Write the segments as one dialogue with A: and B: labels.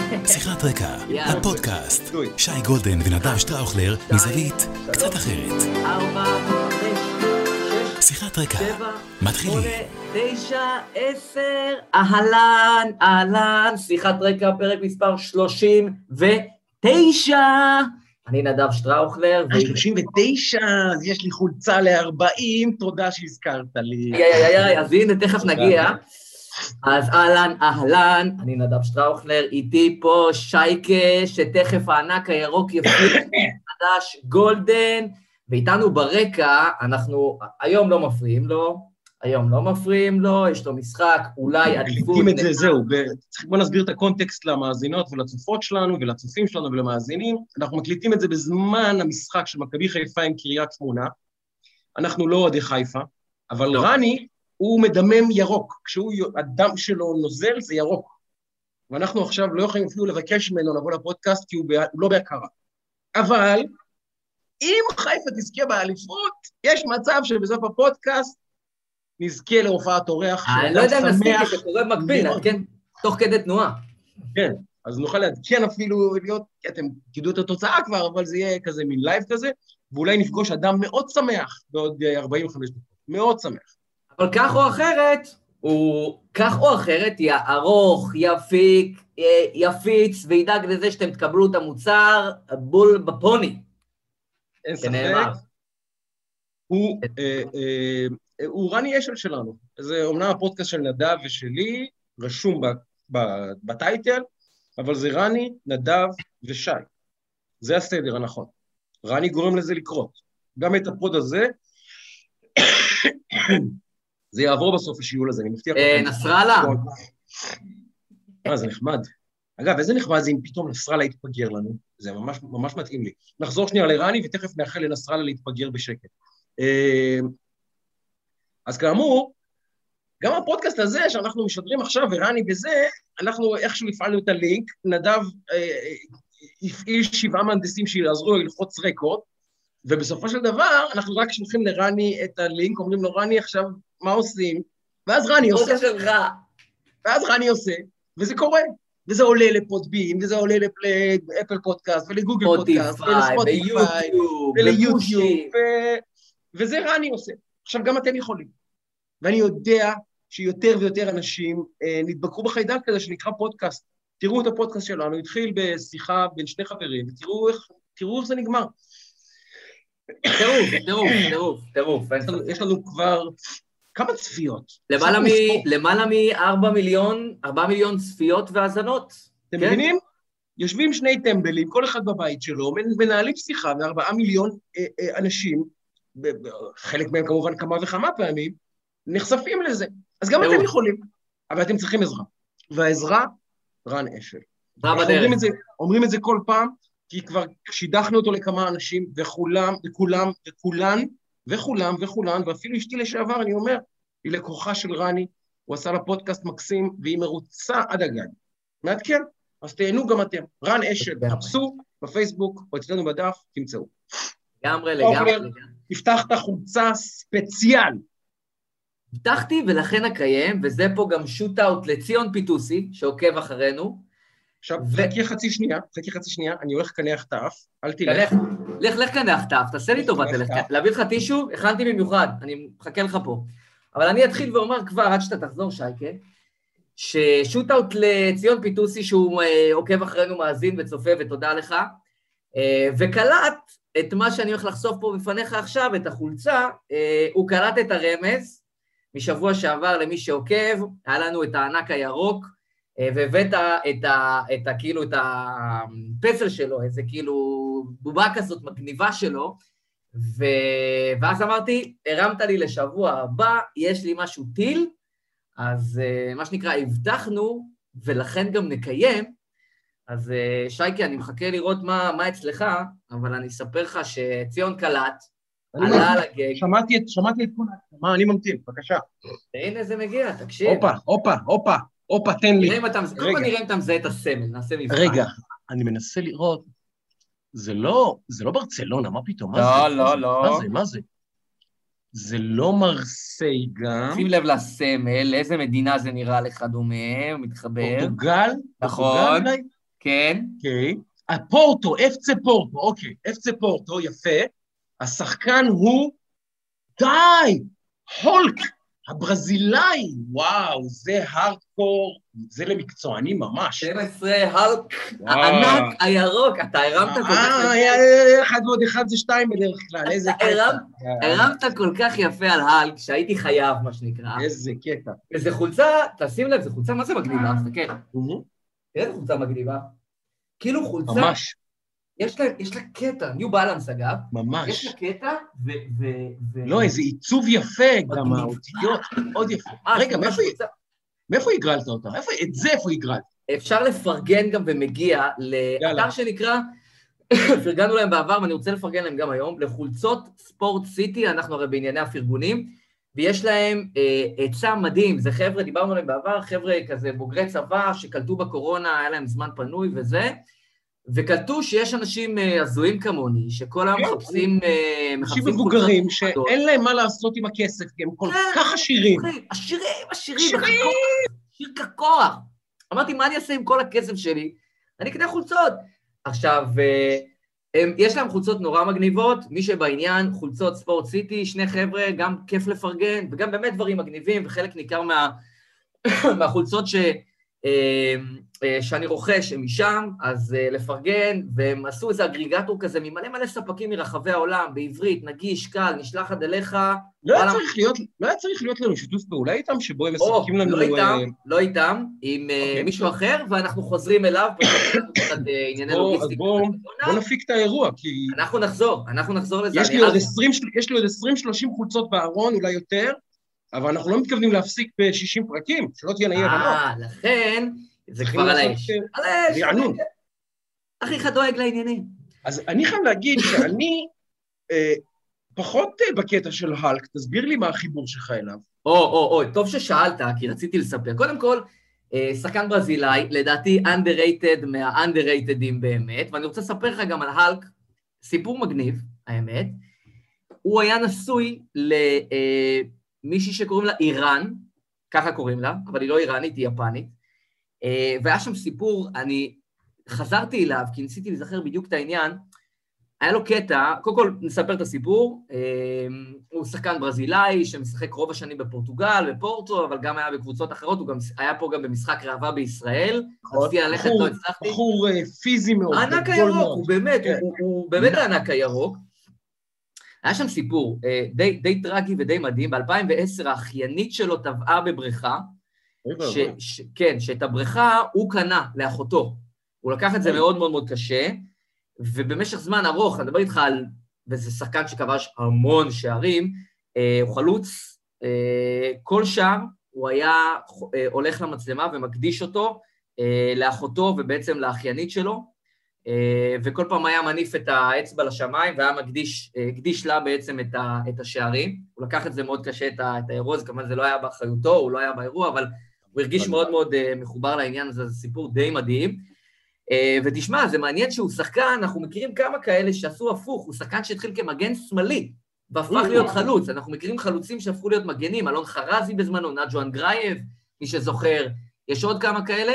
A: שיחת רקע, הפודקאסט. שי גולדן ונדב שטראוכלר מזווית קצת אחרת.
B: 4, 5, 6,
A: שיחת רקע,
B: 7,
A: מתחילים.
B: 8, 9, 10, אהלן, שיחת רקע, פרק מספר 39. אני נדב שטראוכלר.
C: 39, אז יש לי חולצה ל-40, תודה שהזכרת לי.
B: אז הנה, תכף נגיע. אז אהלן, אני נדב שטראוכלר, איתי פה שייקה, שתכף הענק הירוק יפיל חדש גולדן, ואיתנו ברקע, אנחנו היום לא מפריעים לו, יש לו משחק, אולי עדיפות.
C: מקליטים את זה, זהו, בוא נסביר את הקונטקסט למאזינות ולצופות שלנו ולצופים שלנו ולמאזינים, אנחנו מקליטים את זה בזמן המשחק של מכבי חיפה עם קריית שמונה, אנחנו לא אוהדי חיפה, אבל רני, הוא מדמם ירוק, הדם שלו נוזל זה ירוק, ואנחנו עכשיו לא יכולים אפילו לבקש ממנו לבוא לפודקאסט, כי הוא לא בהכרה. אבל, אם חיפה תזכה באליפות, יש מצב שבסוף הפודקאסט, נזכה להופעת אורח,
B: אני לא יודע אם נספיק, זה קורה במקביל, כן? תוך כדי תנועה.
C: כן, אז נוכל לעדכן אפילו להיות, כי אתם תדעו את התוצאה כבר, אבל זה יהיה כזה מין לייב כזה, ואולי נפגוש אדם מאוד שמח, בעוד 45 דקות, מאוד שמח.
B: אבל כך או אחרת, יערוך, יפיץ, וידאג לזה שאתם תקבלו את המוצר, בול בפוני.
C: אין ספק. הוא רני אשל שלנו. זה אומנם הפודקאסט של נדב ושלי, רשום בטייטל, אבל זה רני, נדב ושי. זה הסדר הנכון. רני גורם לזה לקרות. גם את הפוד הזה, זה יעבור בסוף השיעול הזה, אני מבטיח לכם.
B: נסראללה.
C: זה נחמד. אגב, איזה נחמד זה אם פתאום נסראללה יתפגר לנו, זה ממש, ממש מתאים לי. נחזור שנייה לרני, ותכף נאחל לנסראללה להתפגר בשקט. אז כאמור, גם הפודקאסט הזה שאנחנו משדרים עכשיו, ורני בזה, אנחנו איכשהו הפעלנו את הלינק, נדב הפעיל 7 מהנדסים שיעזרו ללחוץ רקורד, ובסופו של דבר, אנחנו רק שולחים לרני את הלינק, אומרים לו, רני, עכשיו, מה עושים? ואז רני עושה. ואז רני עושה, וזה קורה. וזה עולה לפודבין, וזה עולה לאפל פודקאסט, ולגוגל פודקאסט, ולספוטיפיי, וליוטיוב, וזה רני עושה. עכשיו, גם אתם יכולים. ואני יודע שיותר ויותר אנשים נדבקו בחיידק כזה שנקרא פודקאסט. תראו את הפודקאסט שלנו, התחיל בשיחה בין 2 חברים, ותראו איך זה נגמר.
B: טירוף.
C: יש לנו כבר כמה צפיות.
B: למעלה מ-4 מיליון צפיות והאזנות.
C: אתם מבינים? יושבים 2 טמבלים, כל אחד בבית שלו, מנהלים שיחה, ו4 מיליון אנשים, חלק מהם כמובן כמה וכמה פעמים, נחשפים לזה. אז גם אתם יכולים, אבל אתם צריכים עזרה. והעזרה, רן אשל. אומרים את זה כל פעם, כי כבר שידחנו אותו לכמה אנשים, וכולם, ואפילו אשתי לשעבר, אני אומר, היא לקוחה של רני, הוא עשה לה פודקאסט מקסים, והיא מרוצה עד הגג. מעדכן, אז תהנו גם אתם. רן אשל, חפשו בפייסבוק, או אצלנו בדף, תמצאו.
B: לגמרי.
C: הבטחת חולצה ספציאל.
B: הבטחתי ולכן אקיים, וזה פה גם שוט-אוט לציון פיטוסי, שעוקב אחרינו,
C: עכשיו, חכי חצי שנייה, אני הולך לקנח את האף, אל תלך.
B: לך קנח את האף, תעשה לי טובה, להביא לך טישו, הכנתי במיוחד, אני מחכה לך פה. אבל אני אתחיל ואומר כבר, עד שאתה תחזור, שייקה, ששוט-אוט לציון פיטוסי, שהוא עוקב אחרינו, מאזין וצופה, ותודה לך, וקלט את מה שאני הולך לחשוף פה בפניך עכשיו, את החולצה, הוא קלט את הרמז, משבוע שעבר למי שעוקב, היה לנו את הענק הירוק, והבאת כאילו את הפסל שלו, איזה כאילו בובה כזאת מגניבה שלו, ואז אמרתי, הרמת לי לשבוע הבא, יש לי משהו טיל, אז מה שנקרא, הבטחנו, ולכן גם נקיים, אז שייקה, אני מחכה לראות מה אצלך, אבל אני אספר לך שציון קלט, עלה על הגג.
C: שמעתי את כל מה, אני ממתין, בבקשה.
B: הנה זה מגיע, תקשיב.
C: הופה, תן לי.
B: נראה אם אתה מזהה את הסמל, נעשה מבחן.
C: רגע, אני מנסה לראות, זה לא ברצלונה, מה פתאום?
B: לא.
C: מה זה? זה לא מרסיי גם.
B: שים לב לסמל, איזה מדינה זה נראה לך דומה, הוא מתחבר.
C: פורטוגל?
B: נכון. כן.
C: אוקיי. הפורטו, FC פורטו, אוקיי, FC פורטו, יפה. השחקן הוא, די, הולק, הברזילאי, וואו, זה הארדקור, זה למקצוענים ממש.
B: 12, הלק, הענק הירוק, אתה הרמת כל כך יפה.
C: 1 ועוד 1 זה 2 בדרך כלל, איזה קטע.
B: הרמת כל כך יפה על הלק, שהייתי חייב, מה שנקרא.
C: איזה קטע.
B: וזה חולצה, תשים לב, זו חולצה, מה זה מגניבה? תסתכל. איזה חולצה מגניבה? כאילו חולצה...
C: ממש.
B: יש לה קטע, ניו בלנס אגב.
C: ממש.
B: יש לה קטע
C: לא, איזה עיצוב יפה, גם האותיות, מאוד יפה. רגע, מאיפה הגרלת אותה? את זה איפה הגרלת?
B: אפשר לפרגן גם ומגיע לאתר שנקרא, פרגנו להם בעבר, ואני רוצה לפרגן להם גם היום, לחולצות ספורט סיטי, אנחנו הרי בענייני הפרגונים, ויש להם עצה מדהים, זה חבר'ה, דיברנו עליהם בעבר, חבר'ה כזה בוגרי צבא, שקלטו בקורונה, היה להם זמן פנוי וזה, וקלטו שיש אנשים הזויים כמוני, שכל היום מחפשים
C: אנשים מבוגרים, שאין להם מה לעשות עם הכסף, כי הם כל כך עשירים.
B: עשירים, עשיר ככוח. אמרתי, מה אני אעשה עם כל הכסף שלי? אני אקנה חולצות. עכשיו, יש להם חולצות נורא מגניבות, מי שבעניין, חולצות ספורט סיטי, שני חבר'ה, גם כיף לפרגן, וגם באמת דברים מגניבים, וחלק ניכר מהחולצות שאני רוכש הם משם, אז לפרגן, והם עשו איזה אגריגטור כזה, ממלא מלא ספקים מרחבי העולם, בעברית, נגיש, קל, נשלח עד אליך.
C: לא היה צריך להיות לנו שיתוף פעולה איתם, שבו הם מספקים לנו...
B: לא איתם, עם מישהו אחר, ואנחנו חוזרים אליו,
C: אז בואו נפיק את האירוע, כי...
B: אנחנו נחזור לזה.
C: יש לי עוד 20-30 חולצות בארון, אולי יותר, אבל אנחנו לא מתכוונים להפסיק ב-60 פרקים, שלא תהיה נהיה בנות.
B: לכן, זה כבר על האש. על האש.
C: רענון.
B: אחיך דואג לעניינים.
C: אז אני חייב להגיד שאני פחות בקטע של הלק, תסביר לי מה החיבור שלך אליו.
B: טוב ששאלת, כי רציתי לספר. קודם כל, שחקן ברזילאי, לדעתי underrated מה-underratedים באמת, ואני רוצה לספר לך גם על הלק, סיפור מגניב, האמת. הוא היה נשוי מישהי שקוראים לה איראן, ככה קוראים לה, אבל היא לא איראנית, היא יפנית, והיה שם סיפור, אני חזרתי אליו, כי ניסיתי לזכר בדיוק את העניין, היה לו קטע, קודם כל נספר את הסיפור, הוא שחקן ברזילאי שמשחק רוב השנים בפורטוגל, בפורטו, אבל גם היה בקבוצות אחרות, הוא גם היה פה גם במשחק ראווה בישראל, רציתי ללכת, לא הצלחתי.
C: בחור פיזי מאוד.
B: הענק הירוק, הוא באמת הענק הירוק, היה שם סיפור די טרגי ודי מדהים, ב-2010 האחיינית שלו טבעה בבריכה, כן, שאת הבריכה הוא קנה לאחותו, הוא לקח את זה מאוד מאוד מאוד קשה, ובמשך זמן ארוך, אני מדבר איתך על, וזה שחקן שכבש המון שערים, הוא חלוץ, כל שער הוא היה הולך למצלמה ומקדיש אותו לאחותו ובעצם לאחיינית שלו, וכל פעם היה מניף את האצבע לשמיים, והיה הקדיש לה בעצם את השערים. הוא לקח את זה מאוד קשה, את האירוע, כמובן זה לא היה באחריותו, הוא לא היה באירוע, אבל הוא הרגיש מאוד מאוד מחובר לעניין הזה, זה סיפור די מדהים. ותשמע, זה מעניין שהוא שחקן, אנחנו מכירים כמה כאלה שעשו הפוך, הוא שחקן שהתחיל כמגן שמאלי, והפך להיות חלוץ. אנחנו מכירים חלוצים שהפכו להיות מגנים, אלון חרזי בזמנו, נג'ו אנגרייב, מי שזוכר, יש עוד כמה כאלה,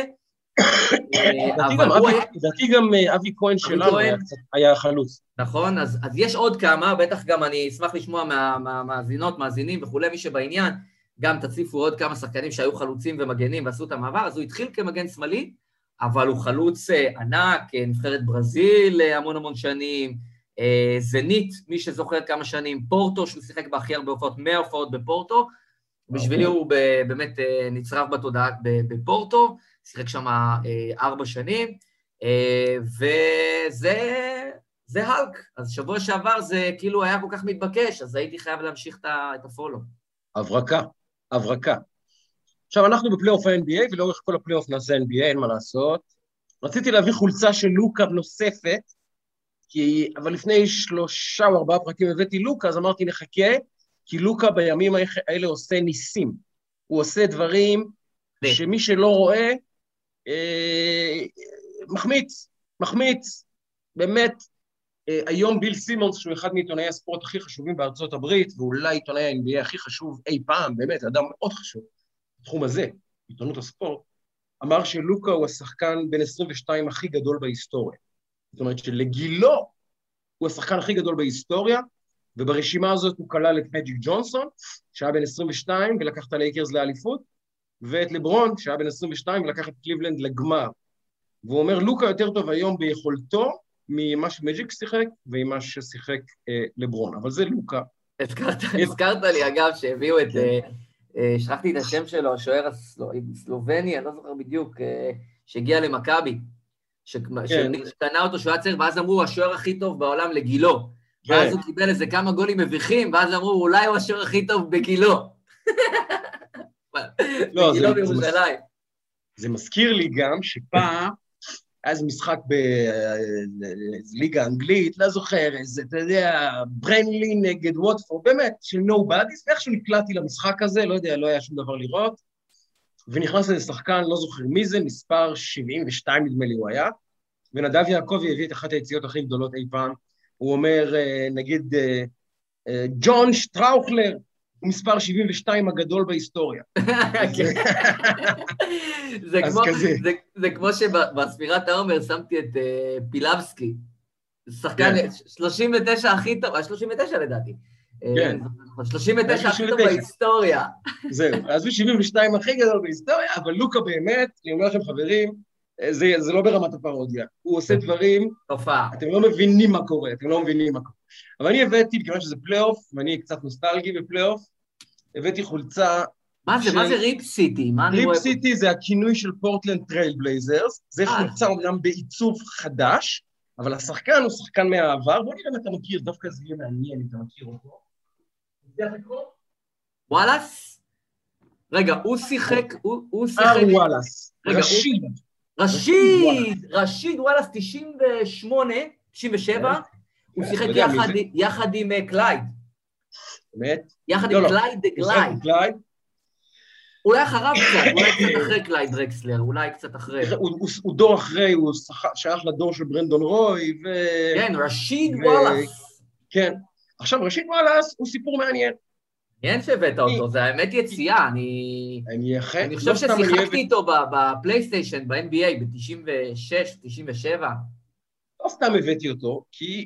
C: לדעתי גם אבי כהן שלנו היה חלוץ.
B: נכון, אז יש עוד כמה, בטח גם אני אשמח לשמוע מהמאזינות, מאזינים וכולי, מי שבעניין, גם תציפו עוד כמה שחקנים שהיו חלוצים ומגנים ועשו את המעבר, אז הוא התחיל כמגן שמאלי, אבל הוא חלוץ ענק, נבחרת ברזיל המון המון שנים, זנית, מי שזוכר כמה שנים, פורטו, שהוא שיחק בהכי הרבה הופעות, 100 הופעות בפורטו, בשבילי הוא באמת נצרף בתודעה בפורטו, שיחק שם 4 שנים, וזה הלק. אז שבוע שעבר זה כאילו היה כל כך מתבקש, אז הייתי חייב להמשיך את הפולו.
C: הברקה. עכשיו אנחנו בפלייאוף ה-NBA, ולאורך כל הפלייאוף נעשה NBA, אין מה לעשות. רציתי להביא חולצה של לוקה נוספת, אבל לפני 3 או 4 פרקים הבאתי לוקה, אז אמרתי נחכה, כי לוקה בימים האלה עושה ניסים. הוא עושה דברים שמי שלא רואה, מחמיץ, באמת, היום ביל סימונס, שהוא אחד מעיתונאי הספורט הכי חשובים בארצות הברית, ואולי עיתונאי ה-NBA הכי חשוב אי פעם, באמת, אדם מאוד חשוב, בתחום הזה, עיתונות הספורט, אמר שלוקה הוא השחקן בין 22 הכי גדול בהיסטוריה. זאת אומרת שלגילו הוא השחקן הכי גדול בהיסטוריה, וברשימה הזאת הוא כלל את מג'יק ג'ונסון, שהיה בן 22 ולקח את הלייקרס לאליפות, ואת לברון, שהיה בן 22 ולקח את קליבלנד לגמר. והוא אומר, לוקה יותר טוב היום ביכולתו, ממה שמג'יק שיחק, וממה ששיחק לברון. אבל זה לוקה.
B: הזכרת לי, אגב, שהביאו את... שכחתי את השם שלו, השוער הסלובני, אני לא זוכר בדיוק, שהגיע למכבי, שקנה אותו שהוא היה צריך, ואז אמרו, הוא השוער הכי טוב בעולם לגילו. ואז הוא קיבל איזה כמה גולים מביכים, ואז אמרו, אולי הוא השוער הכי טוב בגילו. בגילו בירושלים.
C: זה מזכיר לי גם שפעם, אז משחק בליגה האנגלית, לא זוכר, איזה, אתה יודע, ברנלי נגד ווטפורד, באמת, של נובדיס, ואיכשהו נקלעתי למשחק הזה, לא יודע, לא היה שום דבר לראות, ונכנס לזה שחקן, לא זוכר מי זה, מספר 72 נדמה לי הוא היה, ונדב יעקבי הביא את אחת היציאות הכי גדולות אי פעם, הוא אומר, נגיד, ג'ון שטראוכלר, הוא מספר 72 הגדול בהיסטוריה.
B: זה כמו שבספירת העומר שמתי את פילבסקי, שחקן 39 הכי טוב, 39 לדעתי. 39 הכי טוב בהיסטוריה.
C: זהו, אז הוא 72 הכי גדול בהיסטוריה, אבל לוקה באמת, אני אומר לכם חברים, זה לא ברמת הפרודיה, הוא עושה דברים, אתם לא מבינים מה קורה, אבל אני הבאתי, מכיוון שזה פלייאוף, ואני קצת נוסטלגי בפלייאוף, הבאתי חולצה...
B: מה זה ריפ סיטי?
C: ריפ סיטי זה הכינוי של פורטלנד טרייל בלייזרס, זה חולצה אומנם בעיצוב חדש, אבל השחקן הוא שחקן מהעבר, בוא נראה אם אתה מכיר, דווקא זה יהיה מעניין אם אתה מכיר אותו.
B: וואלאס? רגע, הוא שיחק...
C: וואלאס,
B: רשיד וואלאס 98, 97, הוא שיחק יחד עם קלייד.
C: באמת?
B: יחד עם קלייד גלייד. אולי אחריו קצת, אולי קצת אחרי קלייד דרקסלר, אולי קצת אחרי.
C: הוא דור אחרי, הוא שייך לדור של ברנדון רוי,
B: כן, רשיד וואלאס.
C: כן. עכשיו, רשיד וואלאס הוא סיפור מעניין.
B: מעניין שהבאת אותו, זה האמת יציאה, אני חושב ששיחקתי איתו בפלייסטיישן, ב-NBA, ב-96, 97.
C: לא סתם הבאתי אותו, כי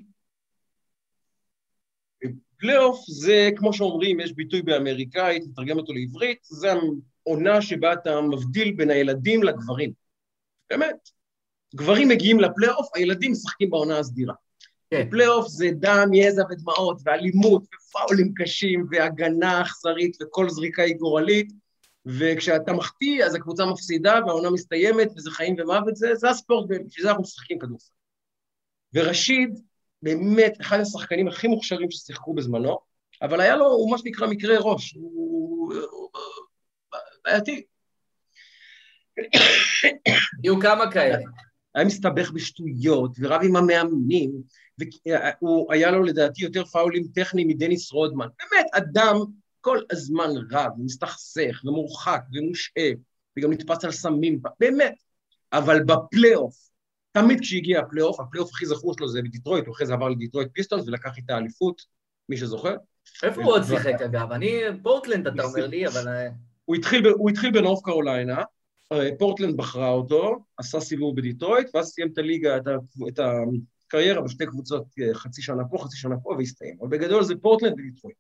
C: פלייאוף זה, כמו שאומרים, יש ביטוי באמריקאית, נתרגם אותו לעברית, זה העונה שבה אתה מבדיל בין הילדים לגברים. באמת. גברים מגיעים לפלייאוף, הילדים משחקים בעונה הסדירה. כן. פלייאוף זה דם, יזע ודמעות, ואלימות, ופאולים קשים, והגנה אכזרית, וכל זריקה היא גורלית, וכשאתה מחטיא, אז הקבוצה מפסידה, והעונה מסתיימת, וזה חיים ומוות, זה הספורט, בשביל זה אנחנו משחקים כדורסל. ורשיד, באמת, אחד השחקנים הכי מוכשרים ששיחקו בזמנו, אבל היה לו, הוא מה שנקרא מקרה ראש, הוא בעייתי.
B: יהיו כמה כאלה.
C: היה מסתבך בשטויות, ורב עם המאמנים, והיה לו לדעתי יותר פאולים טכניים מדניס רודמן. באמת, אדם כל הזמן רב, מסתכסך ומורחק ומושעה, וגם נתפס על סמים, באמת. אבל בפלייאוף, תמיד כשהגיע הפלייאוף הכי זכור שלו זה בדיטרויט, הוא אחרי זה עבר לדיטרויט פיסטונס ולקח איתה אליפות, מי שזוכר.
B: איפה הוא עוד שיחק אגב? אני, פורטלנד אתה אומר לי, אבל...
C: הוא התחיל בנורף קרוליינה, פורטלנד בחרה אותו, עשה סיבוב בדיטרויט, ואז סיים את הליגה, את הקריירה בשתי קבוצות, חצי שנה פה, והסתיים. אבל בגדול זה פורטלנד ודיטרויט.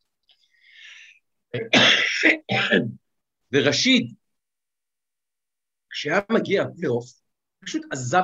C: ורשיד, כשהיה מגיע הפלייאוף, פשוט עזב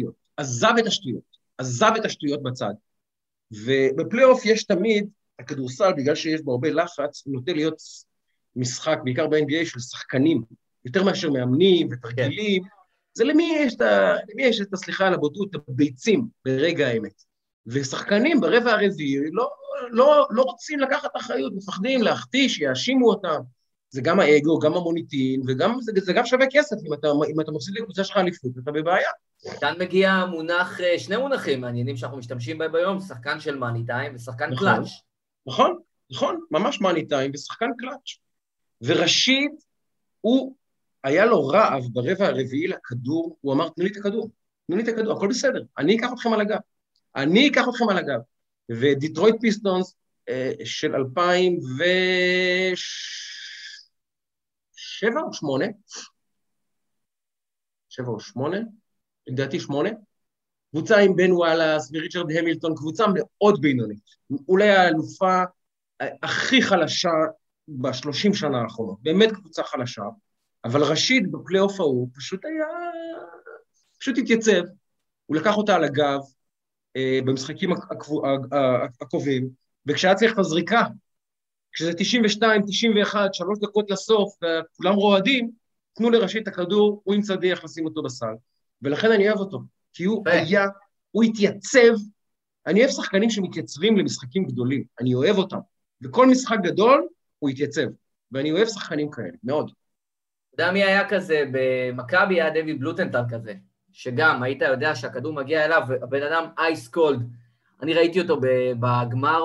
C: את השטויות בצד. ובפלייאוף יש תמיד, הכדורסל, בגלל שיש בו הרבה לחץ, הוא נוטה להיות משחק, בעיקר ב-NBA, של שחקנים, יותר מאשר מאמנים ותרגילים, זה למי יש את הסליחה על הבוטות, הביצים ברגע האמת. ושחקנים ברבע הרביעי לא רוצים לקחת אחריות, מפחדים להחטיא, שיאשימו אותם. זה גם האגו, גם המוניטין, וגם זה גם שווה כסף, אם אתה מפסיד לקבוצה שלך אליפות, אתה בבעיה.
B: כאן מגיע שני מונחים מעניינים שאנחנו משתמשים בהם ביום, שחקן של מאני טיים ושחקן קלאץ'.
C: נכון, ממש מאני טיים ושחקן קלאץ'. ורשיד, הוא היה לו רעב ברבע הרביעי לכדור, הוא אמר, תנו לי את הכדור, הכל בסדר, אני אקח אתכם על הגב. ודיטרויט פיסטונס של 2007 או 2008, 7 או 8, לדעתי 8, קבוצה עם בן וואלאס וריצ'רד המילטון, קבוצה מאוד בינונית, אולי האלופה הכי חלשה ב-30 שנה האחרונות, באמת קבוצה חלשה, אבל ראשית בפלייאוף ההוא פשוט התייצב, הוא לקח אותה על הגב במשחקים הקרובים, וכשהיה צריך את הזריקה, כשזה 92, 91, 3 דקות לסוף, וכולם רועדים, תנו לראשית הכדור, הוא ימצא דרך לשים אותו בסל, ולכן אני אוהב אותו, כי הוא התייצב, אני אוהב שחקנים שמתייצבים למשחקים גדולים, אני אוהב אותם, וכל משחק גדול הוא התייצב, ואני אוהב שחקנים כאלה, מאוד.
B: אתה יודע מי היה כזה, במכבי היה דויד בלוטנטל כזה, שגם היית יודע שהכדור מגיע אליו, הבן אדם אייס קולד, אני ראיתי אותו בגמר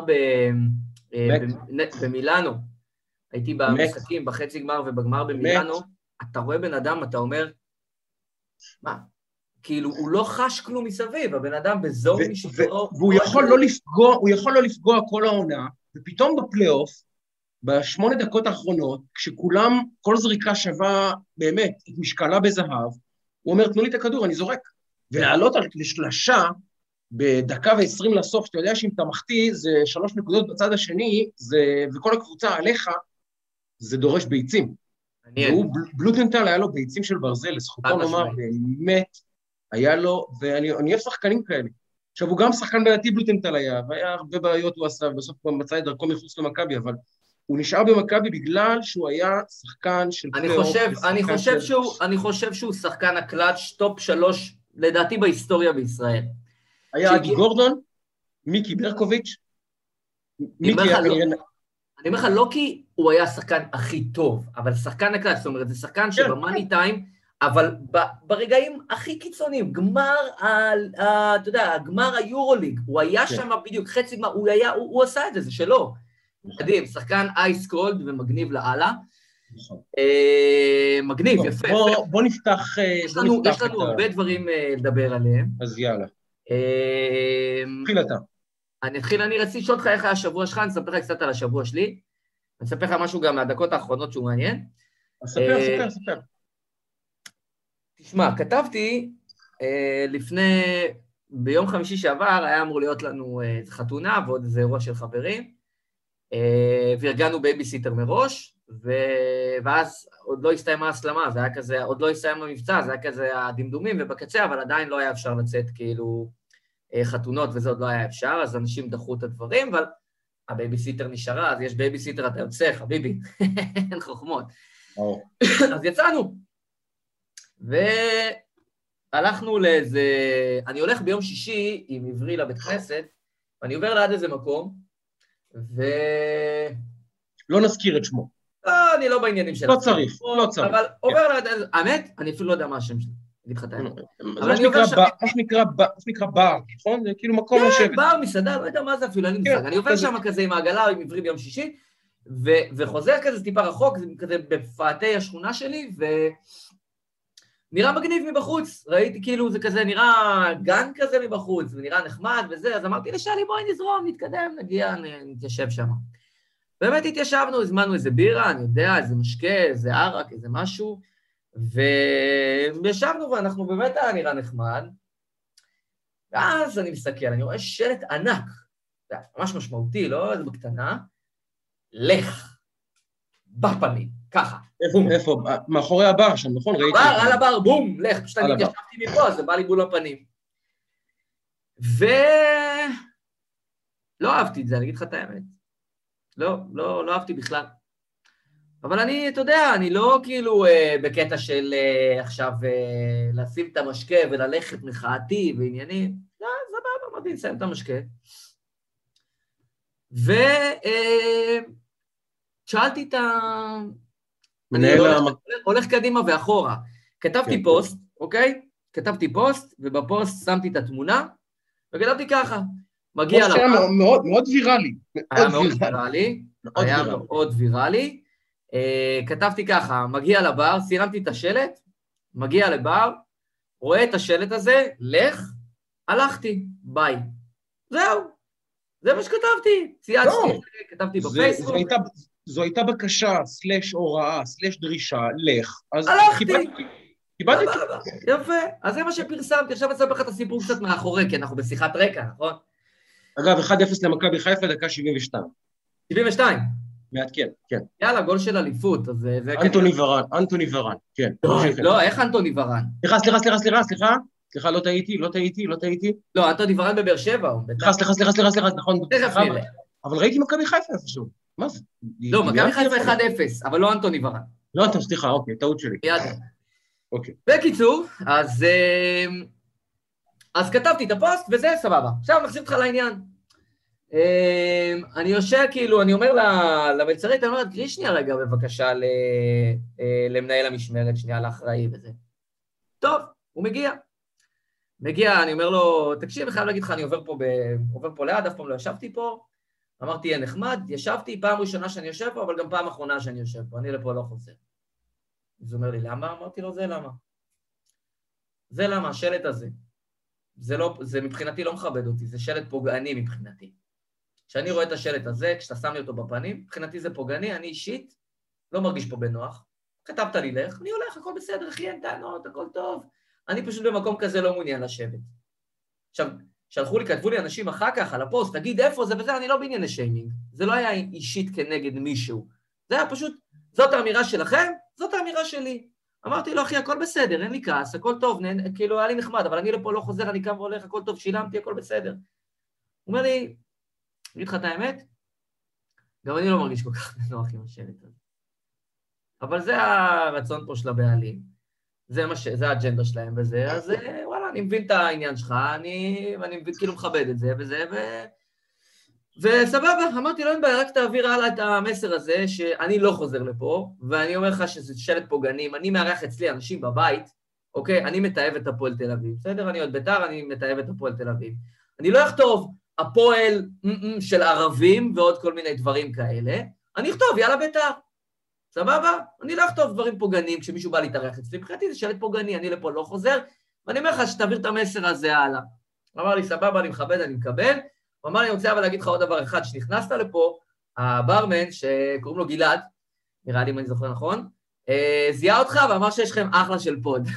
B: במילאנו, הייתי במשחקים, בחצי גמר ובגמר במילאנו, אתה רואה בן אדם, אתה אומר, מה? כאילו, הוא לא חש כלום מסביב, הבן אדם בזור משתו.
C: והוא יכול לא לפגוע כל העונה, ופתאום בפלייאוף, ב8 דקות האחרונות, כשכולם, כל זריקה שווה באמת את משקלה בזהב, הוא אומר, תנו לי את הכדור, אני זורק. ולעלות על לשלשה, בדקה ו20 לסוף, שאתה יודע שאם אתה מחטיא, זה 3 נקודות בצד השני, וכל הקבוצה עליך, זה דורש ביצים. והוא, בלוטנטל היה לו ביצים של ברזל, לזכותו לומר, באמת היה לו, ואני אוהב שחקנים כאלה. עכשיו, הוא גם שחקן בעייתי בלוטנטל היה, והיה הרבה בעיות הוא עשה, ובסוף הוא מצא את דרכו מחוץ למכבי, אבל הוא נשאר במכבי בגלל שהוא היה שחקן של פלייאוף.
B: אני חושב שהוא שחקן הקלאץ' טופ 3, לדעתי בהיסטוריה בישראל.
C: היה אדי גורדון, מיקי ברקוביץ',
B: אני אומר לך, לא כי הוא היה השחקן הכי טוב, אבל שחקן הקלאץ', זאת אומרת, זה שחקן שבמאני טיים, אבל ברגעים הכי קיצוניים, גמר, אתה יודע, גמר היורוליג, הוא היה שם בדיוק חצי גמר, הוא עשה את זה, זה שלו. מדהים, שחקן אייס קולד ומגניב לאללה. מגניב, יפה.
C: בוא נפתח...
B: יש לנו הרבה דברים לדבר עליהם.
C: אז יאללה. התחיל אתה.
B: אני רציתי לשאול אותך איך היה השבוע שלך, אני אספר לך קצת על השבוע שלי, אני אספר לך משהו גם מהדקות האחרונות שהוא מעניין.
C: ספר.
B: תשמע, כתבתי ביום חמישי שעבר, היה אמור להיות לנו חתונה ועוד איזה אירוע של חברים, וארגנו בייביסיטר מראש, ואז עוד לא הסתיימה ההסלמה, זה היה כזה, עוד לא הסתיים המבצע, זה היה כזה הדמדומים ובקצה, אבל עדיין לא היה אפשר לצאת כאילו חתונות, וזה עוד לא היה אפשר, אז אנשים דחו את הדברים, אבל הבייביסיטר נשארה, אז יש בייביסיטר, אתה יוצא, חביבי, אין חוכמות. אז יצאנו, והלכנו לאיזה, אני הולך ביום שישי עם עברי לבית כנסת, ואני עובר ליד איזה מקום,
C: לא נזכיר את שמו.
B: לא, אני לא בעניינים שלך.
C: לא צריך.
B: אבל עובר ליד, האמת, אני אפילו לא יודע מה השם שלי. אגיד לך את האמת.
C: מה שנקרא בר, נכון? זה כאילו מקום לשבת.
B: כן, בר, מסעדה, לא יודע מה זה אפילו, אני מושג. אני עובר שם כזה עם העגלה או עם עברי ביום שישי, וחוזר כזה טיפה רחוק, זה כזה בפאתי השכונה שלי, ונראה מגניב מבחוץ. ראיתי כאילו זה כזה, נראה גן כזה מבחוץ, ונראה נחמד וזה, אז אמרתי לשלי, בואי נזרום, נתקדם, נגיע, נתיישב שם. באמת התיישבנו, הזמנו איזה בירה, אני יודע, איזה משקה, איזה ערק, איזה משהו, וישבנו ואנחנו באמת היה נראה נחמד, ואז אני מסתכל, אני רואה שלט ענק, זה ממש משמעותי, לא איזה בקטנה, לך, בפנים, ככה.
C: איפה? מאחורי הבר שם, נכון?
B: בר, על הבר, בום, לך, פשוט אני התיישבתי מפה, אז זה בא לי בול הפנים. לא אהבתי את זה, אני אגיד לך את האמת. לא אהבתי בכלל. אבל אני, אתה יודע, אני לא כאילו בקטע של עכשיו לשים את המשקה וללכת מחאתי ועניינים. לא, סבבה, אמרתי, נסיים את המשקה. שאלתי את אני הולך קדימה ואחורה. כתבתי פוסט, אוקיי? כתבתי פוסט, ובפוסט שמתי את התמונה, וכתבתי ככה. מגיע
C: לבר. מאוד ויראלי.
B: היה מאוד ויראלי. כתבתי ככה, מגיע לבר, סיימתי את השלט, מגיע לבר, רואה את השלט הזה, לך, הלכתי, ביי. זהו, זה מה שכתבתי. צייצתי, כתבתי בפייסבוק.
C: זו הייתה בקשה, סלש הוראה, סלש דרישה, לך.
B: הלכתי.
C: קיבלתי.
B: יפה, אז זה מה שפרסמתי, עכשיו אספר לך את הסיפור קצת מאחורי, כי אנחנו בשיחת רקע, נכון?
C: אגב, 1-0 למכבי חיפה, דקה 72.
B: 72.
C: מעדכן, כן.
B: יאללה, גול של אליפות, אז זה...
C: אנטוני ורן, כן.
B: לא, איך אנטוני ורן?
C: סליחה, לא טעיתי.
B: לא, אנטוני ורן בבאר שבע.
C: סליחה, נכון.
B: תכף נראה.
C: אבל ראיתי מכבי חיפה איפשהו. מה זה?
B: לא, מכבי חיפה 1-0, אבל לא אנטוני ורן.
C: לא, סליחה, אוקיי, טעות שלי. אוקיי.
B: בקיצור, אז כתבתי את הפוסט, וזה סבבה. עכשיו נחזיר אותך לעניין. אני יושב, כאילו, אני אומר למלצרית, אני אומר, תקראי שנייה רגע בבקשה למנהל המשמרת, שנייה לאחראי וזה. טוב, הוא מגיע, אני אומר לו, תקשיב, אני חייב להגיד לך, אני עובר פה ליד, אף פעם לא ישבתי פה, אמרתי, יהיה נחמד, ישבתי, פעם ראשונה שאני יושב פה, אבל גם פעם אחרונה שאני יושב פה, אני לפה לא חוזר. אז הוא אומר לי, למה? אמרתי לו, זה למה. זה למה, השלט הזה. זה מבחינתי לא מכבד אותי, זה שלט פוגעני מבחינתי. כשאני רואה את השלט הזה, כשאתה שם לי אותו בפנים, מבחינתי זה פוגעני, אני אישית לא מרגיש פה בנוח. כתבת לי לך, אני הולך, הכל בסדר, אחי, אין טענות, הכל טוב. אני פשוט במקום כזה לא מעוניין לשבת. עכשיו, כתבו לי אנשים אחר כך על הפוסט, תגיד איפה זה וזה, אני לא בענייני שיימינג. זה לא היה אישית כנגד מישהו. זה היה פשוט, זאת האמירה שלכם, זאת האמירה שלי. אמרתי לו, אחי, הכל בסדר, אין לי כעס, הכל טוב, כאילו, היה לי נחמד, אבל אני לפה לא חוזר, אני קם והולך, הכל טוב, שילמתי, הכל בסדר. הוא אומר לי, אגיד לך את האמת, גם אני לא מרגיש כל כך נוח עם השלט הזה. אבל זה הרצון פה של הבעלים, זה האג'נדה שלהם וזה, אז וואלה, אני מבין את העניין שלך, אני מבין, כאילו מכבד את זה וזה, וסבבה, אמרתי לו, אין בעיה, רק תעביר הלאה את המסר הזה, שאני לא חוזר לפה, ואני אומר לך שזה שלט פוגענים, אני מארח אצלי אנשים בבית, אוקיי? אני מתאהב את הפועל תל אביב, בסדר? אני עוד בית"ר, אני מתאהב את הפועל תל אביב. אני לא אכתוב הפועל של ערבים ועוד כל מיני דברים כאלה, אני אכתוב, יאללה בית"ר, סבבה? אני לא אכתוב דברים פוגענים כשמישהו בא להתארח אצלי, מבחינתי זה שלט פוגעני, אני לפה לא חוזר, ואני אומר לך שתעביר את המסר הזה הלאה. הוא אמר לי, סבבה, אני מכבד, אני מקבל. הוא אמר לי, אני רוצה אבל להגיד לך עוד דבר אחד, שנכנסת לפה, הברמן, שקוראים לו גלעד, נראה לי אם אני זוכר נכון, זיהה אותך ואמר שיש לכם אחלה של פוד.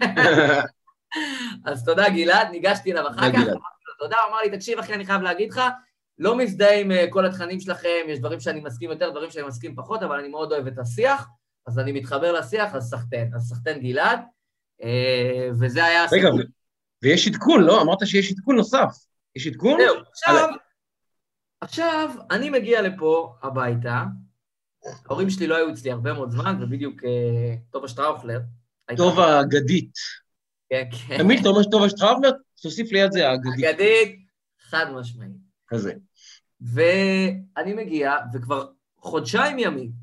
B: אז תודה גלעד, ניגשתי אליו אחר כך, אמרתי לו תודה, הוא אמר לי, תקשיב אחי, אני חייב להגיד לך, לא מזדהה עם כל התכנים שלכם, יש דברים שאני מסכים יותר, דברים שאני מסכים פחות, אבל אני מאוד אוהב את השיח, אז אני מתחבר לשיח, אז סחטן גלעד, וזה היה...
C: רגע, ויש עדכון, לא? אמרת שיש עדכון נוסף. יש עדכון?
B: זהו, עכשיו, אני מגיע לפה הביתה, ההורים שלי לא היו אצלי הרבה מאוד זמן, ובדיוק טובה שטראוכלר.
C: טובה אגדית.
B: כן, כן.
C: תמיד טובה שטראוכלר, תוסיף ליד זה האגדית.
B: אגדית, חד משמעית.
C: כזה.
B: ואני מגיע, וכבר חודשיים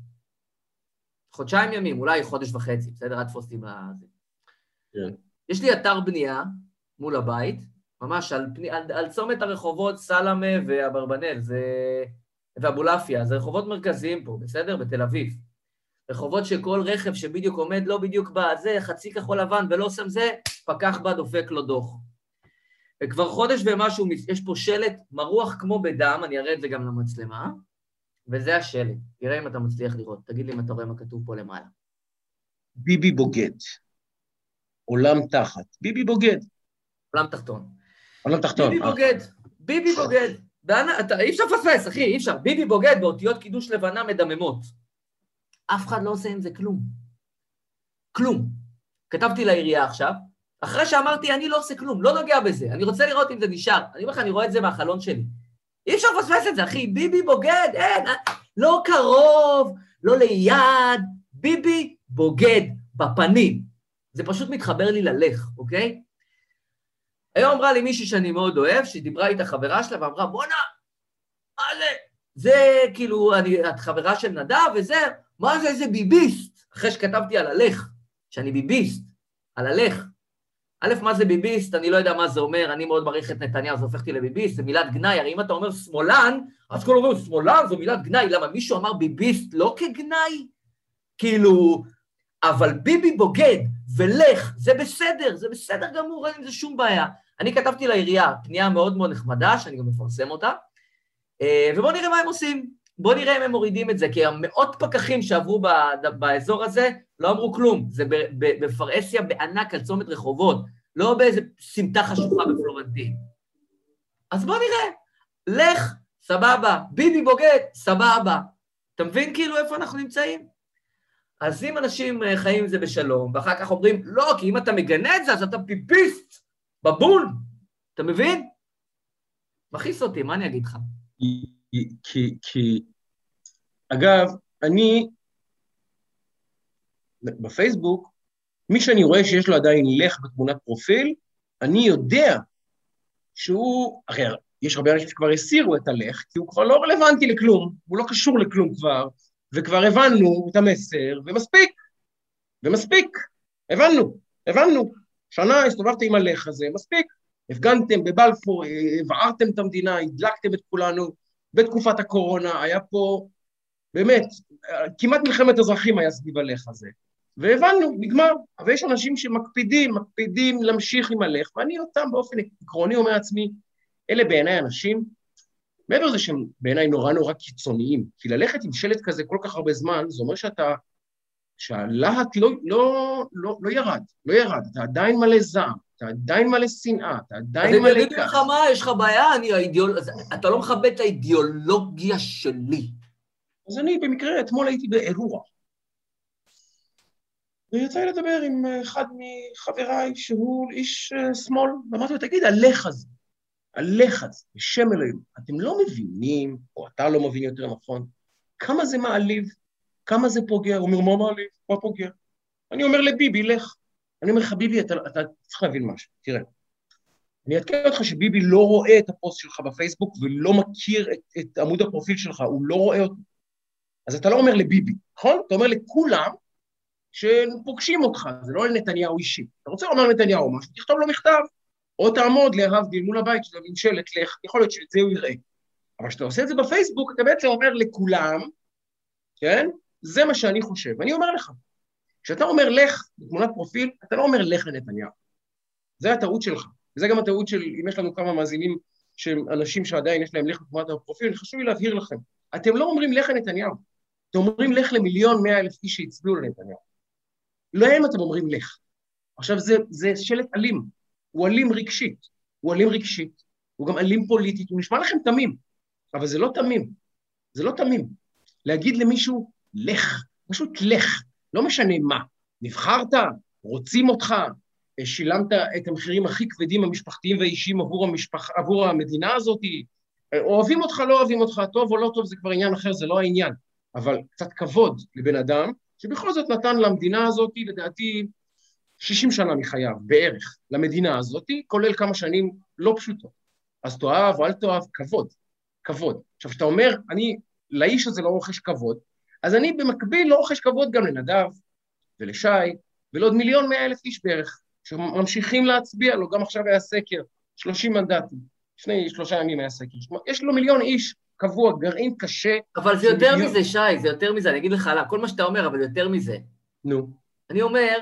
B: ימים, אולי חודש וחצי, בסדר? עד תפוסתי בזה.
C: כן.
B: יש לי אתר בנייה מול הבית, ממש על צומת הרחובות סלמה והברבנל, והבולאפיה, זה רחובות מרכזיים פה, בסדר? בתל אביב. רחובות שכל רכב שבדיוק עומד, לא בדיוק בזה, חצי כחול לבן ולא שם זה, פקח בה דופק לו דוח. וכבר חודש ומשהו, יש פה שלט מרוח כמו בדם, אני אראה את זה גם למצלמה, וזה השלט. תראה אם אתה מצליח לראות, תגיד לי אם אתה רואה מה כתוב פה למעלה.
C: ביבי בוגד. עולם תחת. ביבי בוגד.
B: עולם תחתון.
C: עולם תחתון.
B: ביבי בוגד. אי אפשר לפספס, אחי, אי אפשר. ביבי בוגד באותיות קידוש לבנה מדממות. אף אחד לא עושה עם זה כלום. כלום. כתבתי לעירייה עכשיו, אחרי שאמרתי, אני לא עושה כלום, לא נוגע בזה, אני רוצה לראות אם זה נשאר. אני אומר לך, אני רואה את זה מהחלון שלי. אי אפשר לפספס את זה, אחי, ביבי בוגד, אין, לא קרוב, לא ליד, ביבי בוגד בפנים. זה פשוט מתחבר לי ללך, אוקיי? היום אמרה לי מישהי שאני מאוד אוהב, שדיברה איתה חברה שלה, ואמרה, בונה, מה זה? זה כאילו, את חברה של נדב וזה, מה זה איזה ביביסט? אחרי שכתבתי על הלך, שאני ביביסט, על הלך. א', מה זה ביביסט? אני לא יודע מה זה אומר, אני מאוד מעריך את נתניהו, זה הופכתי לביביסט, זה מילת גנאי, הרי אם אתה אומר שמאלן, אז כל אומרים, שמאלן זו מילת גנאי, למה מישהו אמר ביביסט לא כגנאי? כאילו, אבל ביבי בוגד ולך, זה בסדר גמור, אין עם זה שום בעיה. אני כתבתי לעירייה פנייה מאוד מאוד נחמדה, שאני גם מפרסם אותה, ובואו נראה מה הם עושים. בוא נראה אם הם מורידים את זה, כי המאות פקחים שעברו באזור הזה, לא אמרו כלום. זה בפרהסיה בענק על צומת רחובות, לא באיזה סמטה חשוכה בפלורנטין. אז בוא נראה. לך, סבבה. ביבי בוגד, סבבה. אתה מבין כאילו איפה אנחנו נמצאים? אז אם אנשים חיים עם זה בשלום, ואחר כך אומרים, לא, כי אם אתה מגנה את זה, אז אתה פיפיסט, בבון. אתה מבין? מכעיס אותי, מה אני אגיד לך?
C: כי, אגב, אני, בפייסבוק, מי שאני רואה שיש לו עדיין לך בתמונת פרופיל, אני יודע שהוא, הרי יש הרבה אנשים שכבר הסירו את הלך, כי הוא כבר לא רלוונטי לכלום, הוא לא קשור לכלום כבר, וכבר הבנו את המסר, ומספיק, הבנו, שנה הסתובבתי עם הלך הזה, מספיק, הפגנתם בבלפור, הבערתם את המדינה, הדלקתם את כולנו, בתקופת הקורונה היה פה, באמת, כמעט מלחמת אזרחים היה סביב הלך הזה, והבנו, נגמר, אבל יש אנשים מקפידים להמשיך עם הלך, ואני אותם באופן עקרוני אומר לעצמי, אלה בעיניי אנשים, מעבר לזה שהם בעיניי נורא קיצוניים, כי ללכת עם שלט כזה כל כך הרבה זמן, זה אומר שהלהט לא ירד, אתה עדיין מלא זעם, אתה עדיין מלא שנאה, אתה עדיין מלא כעס.
B: אז תגידו לך מה, יש לך בעיה, אתה לא מכבד את האידיאולוגיה שלי.
C: אז אני במקרה, אתמול הייתי באירוע, ויצא לי לדבר עם אחד מחבריי, שהוא איש שמאל, ואמרתי לו, תגיד, הלך הזה, בשם אלוהים, אתם לא מבינים, או אתה לא מבין יותר נכון, כמה זה מעליב, כמה זה פוגע, הוא אומר, מה מעליב, מה פוגע? אני אומר לביבי, לך. אני אומר לך, ביבי, אתה צריך להבין משהו, תראה. אני אתקן אותך שביבי לא רואה את הפוסט שלך בפייסבוק, ולא מכיר את עמוד הפרופיל שלך, הוא לא רואה אותו. אז אתה לא אומר לביבי, נכון? אתה אומר לכולם שפוגשים אותך, זה לא לנתניהו אישי. אתה רוצה לומר לנתניהו משהו, תכתוב לו מכתב, או תעמוד להבדיל מול הבית שלו, עם שלט לך, יכול להיות שאת זה הוא יראה. אבל כשאתה עושה את זה בפייסבוק, אתה בעצם אומר לכולם, כן? זה מה שאני חושב. ואני אומר לך, כשאתה אומר לך בתמונת פרופיל, אתה לא אומר לך לנתניהו. זה הטעות שלך. וזה גם הטעות של, אם יש לנו כמה מאזינים, שהם אנשים שעדיין יש להם לך בתמונת הפרופיל, חשוב לי להבהיר לכם. אתם לא אומרים לך לנתניהו. אתם אומרים לך ל1,100,000 איש שהצביעו לנתניהו. להם אתם אומרים לך. עכשיו זה שלט אלים. הוא אלים רגשית. הוא גם אלים פוליטית. הוא נשמע לכם תמים. אבל זה לא תמים. להגיד למישהו, לך. פשוט לך. לא משנה מה. נבחרת, רוצים אותך, שילמת את המחירים הכי כבדים המשפחתיים והאישיים עבור המדינה הזאת, אוהבים אותך, לא אוהבים אותך, טוב או לא טוב, זה כבר עניין אחר, זה לא העניין. אבל קצת כבוד לבן אדם, שבכל זאת נתן למדינה הזאת, לדעתי, 60 שנה מחייו, בערך, למדינה הזאת, כולל כמה שנים לא פשוטות. אז תאהב או אל תאהב, כבוד. עכשיו, שאתה אומר, אני לאיש הזה לא רוכש כבוד, אז אני במקביל לא רוכש כבוד גם לנדב ולשי, ולעוד 1,100,000 איש בערך, שממשיכים להצביע לו, גם עכשיו היה סקר, 30 מנדטים, 3 ימים היה סקר, יש לו 1,000,000 איש קבוע, גרעין קשה.
B: אבל זה יותר מזה, שי, זה יותר מזה, אני אגיד לך, כל מה שאתה אומר, אבל יותר מזה.
C: נו.
B: אני אומר,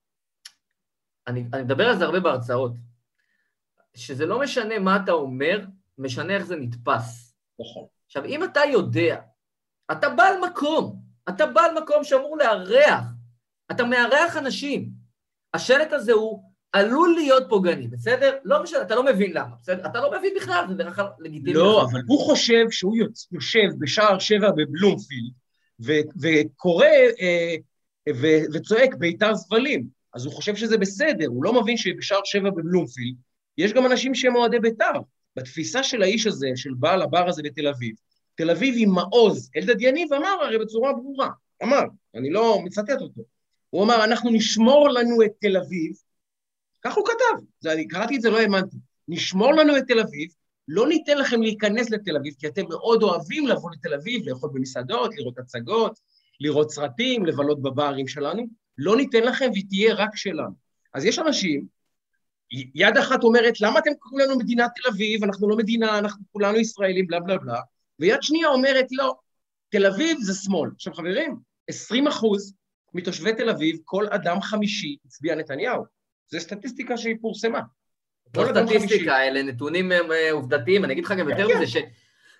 B: אני מדבר על זה הרבה בהרצאות, שזה לא משנה מה אתה אומר, משנה איך זה נתפס.
C: נכון.
B: עכשיו, אם אתה יודע, אתה בעל מקום שאמור לארח, אתה מארח אנשים, השלט הזה הוא עלול להיות פוגעני, בסדר? לא משנה, אתה לא מבין למה, בסדר? אתה לא מבין בכלל, זה דרך כלל לגיטימי.
C: לא, אבל הוא חושב שהוא יושב בשער 7 בבלומפילד, וקורא וצועק ביתר זבלים, אז הוא חושב שזה בסדר, הוא לא מבין שבשער 7 בבלומפילד, יש גם אנשים שהם אוהדי ביתר. בתפיסה של האיש הזה, של בעל הבר הזה בתל אביב, תל אביב עם מעוז, אלדד יניב אמר הרי בצורה ברורה, אמר, אני לא מצטט אותו, הוא אמר, אנחנו נשמור לנו את תל אביב, כך הוא כתב, אני קראתי את זה, לא האמנתי, נשמור לנו את תל אביב, לא ניתן לכם להיכנס לתל אביב, כי אתם מאוד אוהבים לבוא לתל אביב, לאכול במסעדות, לראות הצגות, לראות סרטים, לבלות בברים שלנו, לא ניתן לכם והיא תהיה רק שלנו. אז יש אנשים, יד אחת אומרת, למה אתם קוראים לנו מדינת תל אביב, אנחנו לא מדינה, אנחנו כולנו ישראלים, בלה בלה בלה, ויד שנייה אומרת, לא, תל אביב זה שמאל. עכשיו חברים, 20% מתושבי תל אביב, כל אדם חמישי הצביע נתניהו. זו סטטיסטיקה שהיא פורסמה.
B: לא סטטיסטיקה, אלה נתונים עובדתיים, אני אגיד לך גם יותר מזה,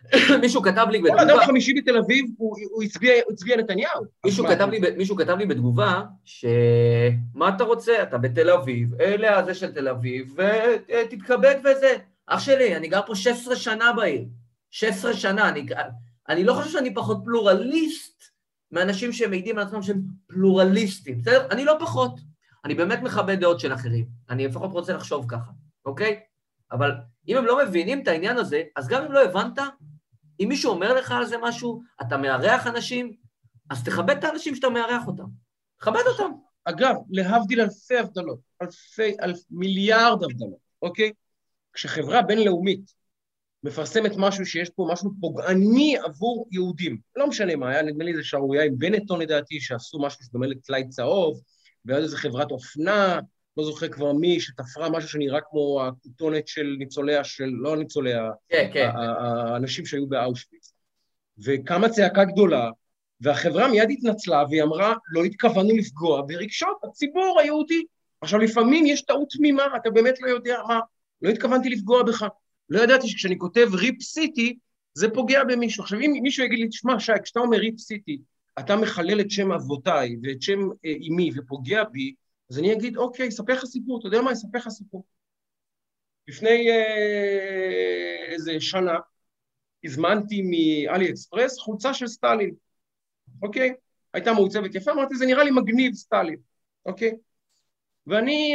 B: מישהו כתב לי בתגובה...
C: כל אדם חמישי בתל אביב, הוא הצביע נתניהו.
B: מישהו כתב לי בתגובה, שמה אתה רוצה? אתה בתל אביב, אלה הזה של תל אביב, ותתכבד וזה. אח שלי, אני גר פה 16 שנה בעיר. 16 שנה, אני לא חושב שאני פחות פלורליסט מאנשים שמעידים על עצמם שהם פלורליסטים, בסדר? אני לא פחות. אני באמת מכבד דעות של אחרים. אני לפחות רוצה לחשוב ככה, אוקיי? אבל אם הם לא מבינים את העניין הזה, אז גם אם לא הבנת, אם מישהו אומר לך על זה משהו, אתה מארח אנשים, אז תכבד את האנשים שאתה מארח אותם. תכבד אותם.
C: אגב, להבדיל אלפי הבדלות, מיליארד הבדלות, אוקיי? כשחברה בינלאומית מפרסמת משהו שיש פה משהו פוגעני עבור יהודים, לא משנה מה, היה נדמה לי זה שערוריה עם בנטון לדעתי, שעשו משהו שדומה לטלאי צהוב, ועוד איזה חברת אופנה, לא זוכר כבר מי, שתפרה משהו שנראה כמו הכותונת של ניצוליה, לא ניצוליה, האנשים שהיו באושוויץ. וקמה צעקה גדולה, והחברה מיד התנצלה, והיא אמרה, לא התכוונו לפגוע ברגשות הציבור היהודי. עכשיו, לפעמים יש טעות תמימה, אתה באמת לא יודע מה, לא התכוונתי לפגוע בך. לא ידעתי שכשאני כותב ריפ סיטי, זה פוגע במישהו. עכשיו, אם מישהו יגיד לי, תשמע, שי, כשאתה אומר ריפ סיטי, אתה מחלל את שם אבותיי ואת שם אמי ופוגע בי, אז אני אגיד, אוקיי, אספר לך סיפור, אתה יודע מה? אספר לך סיפור. לפני איזה שנה, הזמנתי מאלי אקספרס חולצה של סטלין, אוקיי? הייתה מעוצבת יפה, אמרתי, זה נראה לי מגניב סטלין, אוקיי? ואני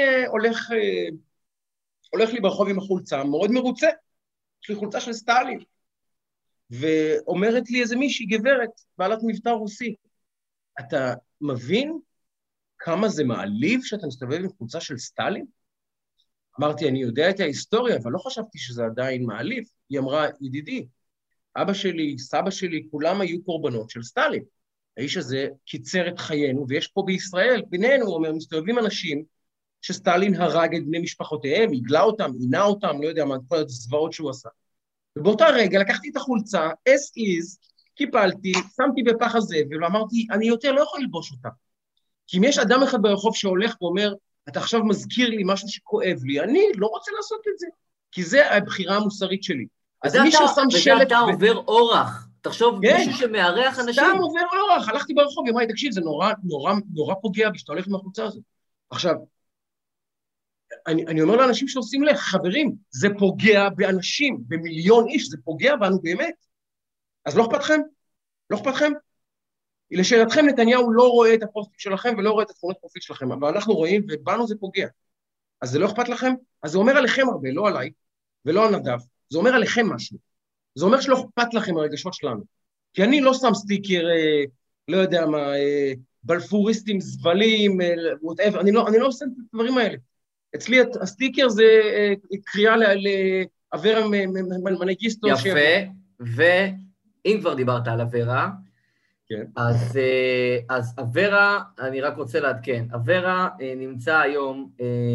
C: הולך לי ברחוב עם החולצה, מאוד מרוצה, יש לי חולצה של סטלין, ואומרת לי איזה מישהי, גברת, בעלת מבטא רוסי, אתה מבין כמה זה מעליב שאתה מסתובב עם חולצה של סטלין? אמרתי, אני יודע את ההיסטוריה, אבל לא חשבתי שזה עדיין מעליב. היא אמרה, ידידי, אבא שלי, סבא שלי, כולם היו קורבנות של סטלין. האיש הזה קיצר את חיינו, ויש פה בישראל, בינינו, הוא אומר, מסתובבים אנשים שסטלין הרג את בני משפחותיהם, הגלה אותם, עינה אותם, לא יודע מה, כל הזוועות שהוא עשה. ובאותה רגע לקחתי את החולצה, as is, קיפלתי, שמתי בפח הזבל, ואמרתי, אני יותר לא יכול ללבוש אותה. כי אם יש אדם אחד ברחוב שהולך ואומר, אתה עכשיו מזכיר לי משהו שכואב לי, אני לא רוצה לעשות את זה, כי זה הבחירה המוסרית שלי.
B: אז מי ששם שלט... אתה עובר אורח, תחשוב, מישהו שמארח אנשים.
C: סתם עובר אורח, הלכתי ברחוב, היא אמרה, תקשיב, זה נורא פוגע בי, שאתה הולך עם החולצה הזאת. עכשיו, אני אומר לאנשים שעושים לך, חברים, זה פוגע באנשים, במיליון איש, זה פוגע בנו באמת. אז לא אכפת לכם? לא אכפת לכם? לשאלתכם, נתניהו לא רואה את הפוסטים שלכם ולא רואה את התמונות פרופיל שלכם, אבל אנחנו רואים ובנו זה פוגע. אז זה לא אכפת לכם? אז זה אומר עליכם הרבה, לא עליי ולא על נדב, זה אומר עליכם משהו. זה אומר שלא אכפת לכם הרגשות שלנו. כי אני לא שם סטיקר, לא יודע מה, בלפוריסטים, זבלים, whatever, אני לא עושה את הדברים האלה. אצלי הסטיקר זה קריאה לאברה מנגיסטו.
B: יפה, ואם כבר דיברת על אברה,
C: כן.
B: אז אברה, אני רק רוצה לעדכן, אברה נמצא היום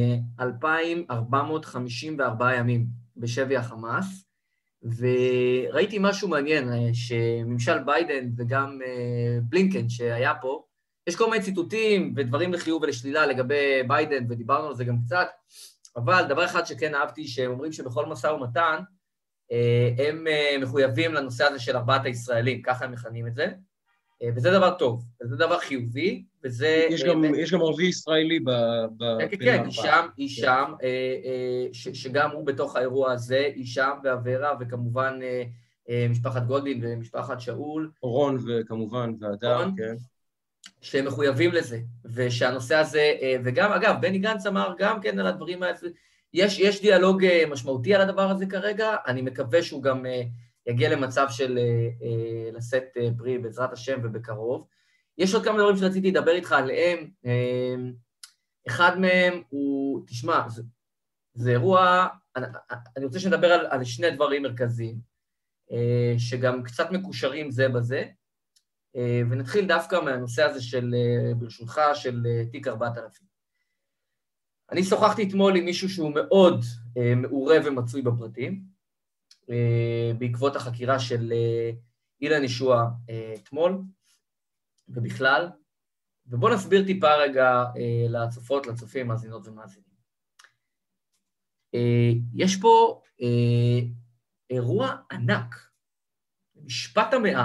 B: 2,454 ימים בשבי החמאס, וראיתי משהו מעניין, שממשל ביידן וגם בלינקן שהיה פה, יש כל מיני ציטוטים ודברים לחיוב ולשלילה לגבי ביידן, ודיברנו על זה גם קצת, אבל דבר אחד שכן אהבתי, שהם אומרים שבכל משא ומתן, הם מחויבים לנושא הזה של 4 הישראלים, ככה הם מכנים את זה, וזה דבר טוב, וזה דבר חיובי, וזה...
C: יש גם ערבי ישראלי
B: כן, היא שם, שגם הוא בתוך האירוע הזה, היא שם ואברה, וכמובן משפחת גולדין ומשפחת שאול.
C: אורון וכמובן, והדר, כן.
B: שהם מחויבים לזה, ושהנושא הזה, וגם, אגב, בני גנץ אמר גם כן על הדברים האלה, יש דיאלוג משמעותי על הדבר הזה כרגע, אני מקווה שהוא גם יגיע למצב של לשאת פרי בעזרת השם ובקרוב. יש עוד כמה דברים שרציתי לדבר איתך עליהם, אחד מהם הוא, תשמע, זה אירוע, אני רוצה שנדבר על שני דברים מרכזיים, שגם קצת מקושרים זה בזה, ונתחיל דווקא מהנושא הזה של, ברשותך, של תיק 4000. אני שוחחתי אתמול עם מישהו שהוא מאוד מעורב ומצוי בפרטים, בעקבות החקירה של אילן ישוע אתמול, ובכלל, ובואו נסביר טיפה רגע לצופות, לצופים, מאזינות ומאזינים. יש פה אירוע ענק, משפט המאה,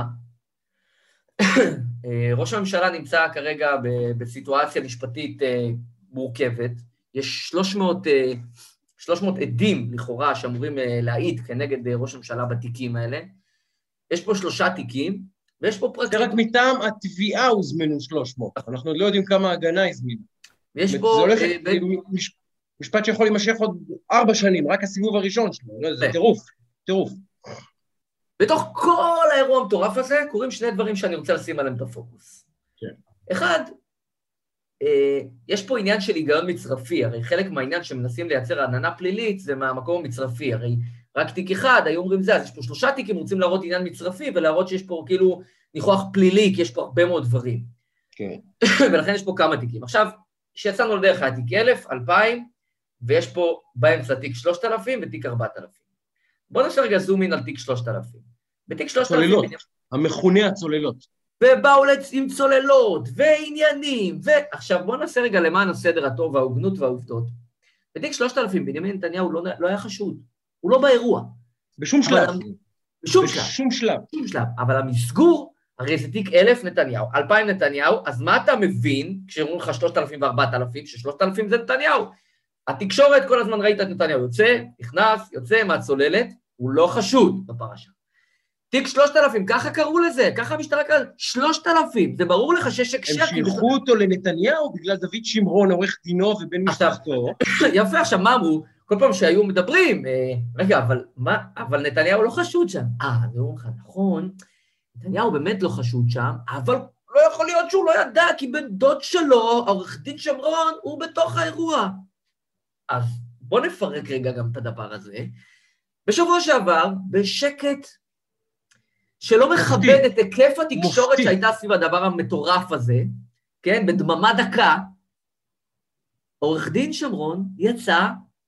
B: ראש הממשלה נמצא כרגע בסיטואציה משפטית מורכבת, יש 300 עדים לכאורה שאמורים להעיד כנגד ראש הממשלה בתיקים האלה, יש פה 3 תיקים, ויש פה פרקליט.
C: רק מטעם התביעה הוזמנו 300, אנחנו עוד לא יודעים כמה הגנה הזמינו.
B: ויש פה...
C: זה הולך משפט שיכול להימשך עוד 4 שנים, רק הסיבוב הראשון שלו, זה טירוף.
B: בתוך כל האירוע המטורף הזה, קורים 2 דברים שאני רוצה לשים עליהם את הפוקוס.
C: כן.
B: אחד, יש פה עניין של היגיון מצרפי, הרי חלק מהעניין שמנסים לייצר עננה פלילית, זה מהמקום המצרפי, הרי רק תיק אחד, היו אומרים זה, אז יש פה 3 תיקים, רוצים להראות עניין מצרפי, ולהראות שיש פה כאילו ניחוח פלילי, כי יש פה הרבה מאוד דברים.
C: כן.
B: ולכן יש פה כמה תיקים. עכשיו, שיצאנו לדרך התיק 1,000, 2,000, ויש פה באמצע תיק 3,000 ותיק 4,000. בואו נעשה רגע זום אין על תיק 3,000. בתיק 3,000...
C: צוללות, המכונה הצוללות.
B: ובאו עם צוללות, ועניינים, עכשיו בואו נעשה רגע למען הסדר הטוב, וההוגנות והעובדות. בתיק 3,000, בנימין נתניהו לא היה חשוד. הוא לא באירוע.
C: בשום שלב.
B: בשום שלב. אבל המסגור, הרי זה תיק 1,000 נתניהו, 2,000 נתניהו, אז מה אתה מבין, כשאומרים לך 3,000 ו4,000, ש3,000 זה נתניהו? התקשורת כל הזמן ראית את נתניהו, נכנס, יוצא מהצוללת, הוא לא חשוד בפרשה. תיק 3,000, ככה קראו לזה, ככה המשטרה קראה, 3,000, זה ברור לך שיש הקשר.
C: הם שילחו אותו לנתניהו בגלל דוד שמרון, עורך דינו ובן משפחתו.
B: יפה, עכשיו מה אמרו? כל פעם שהיו מדברים, רגע, אבל נתניהו לא חשוד שם. זה אומר לך, נכון, נתניהו באמת לא חשוד שם, אבל לא יכול להיות שהוא לא ידע, כי בן דוד שלו, עורך דין שמרון, הוא בתוך האירוע. אז בוא נפרק רגע גם את הדבר הזה. בשבוע שעבר, בשקט, שלא מכבד את היקף התקשורת שהייתה סביב הדבר המטורף הזה, כן, בדממה דקה, עורך דין שמרון יצא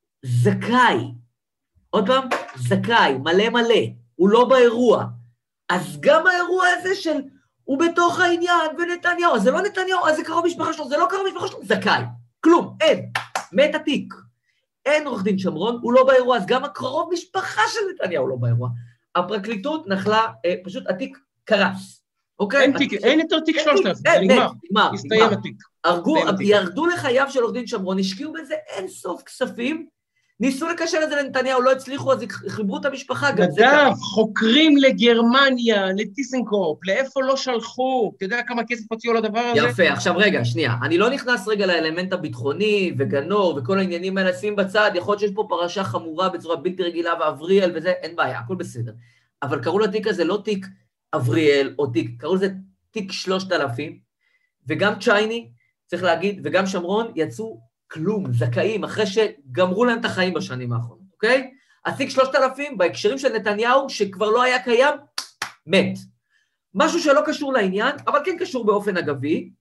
B: זכאי. עוד פעם, זכאי, מלא, הוא לא באירוע. אז גם האירוע הזה של, הוא בתוך העניין, ונתניהו, אז זה לא נתניהו, אז זה קרוב משפחה שלו, זה לא קרוב משפחה שלו, זכאי. כלום, אין, מת התיק. אין עורך דין שמרון, הוא לא באירוע, אז גם הקרוב משפחה של נתניהו לא באירוע. הפרקליטות נחלה, פשוט התיק קרס. אוקיי?
C: אין יותר תיק 3,000, זה נגמר. הסתיים התיק.
B: ירדו לחייו של עורך דין שמרון, השקיעו בזה אין סוף כספים, ניסו לקשר את זה לנתניהו, לא הצליחו, אז חיברו את המשפחה.
C: נדב, חוקרים לגרמניה, לטיסנקורפ, לאיפה לא שלחו? אתה יודע כמה כסף הוציאו לדבר הזה?
B: יפה, עכשיו רגע, שנייה, אני לא נכנס רגע לאלמנט הביטחוני וגנור וכל העניינים האלה, שים בצד, יכול להיות שיש פה פרשה חמורה בצורה בלתי רגילה ואבריאל וזה, אין בעיה, הכל בסדר. אבל קראו לתיק הזה לא תיק אבריאל או תיק, קראו לזה תיק 3,000, וגם צ'ייני, צריך להגיד, וגם שמרון יצאו כלום, זכאים, אחרי שגמרו להם את החיים בשנים האחרונות, אוקיי? התיק 3,000, בהקשרים של נתניהו, שכבר לא היה קיים, מת. משהו שלא קשור לעניין, אבל כן קשור באופן אגבי,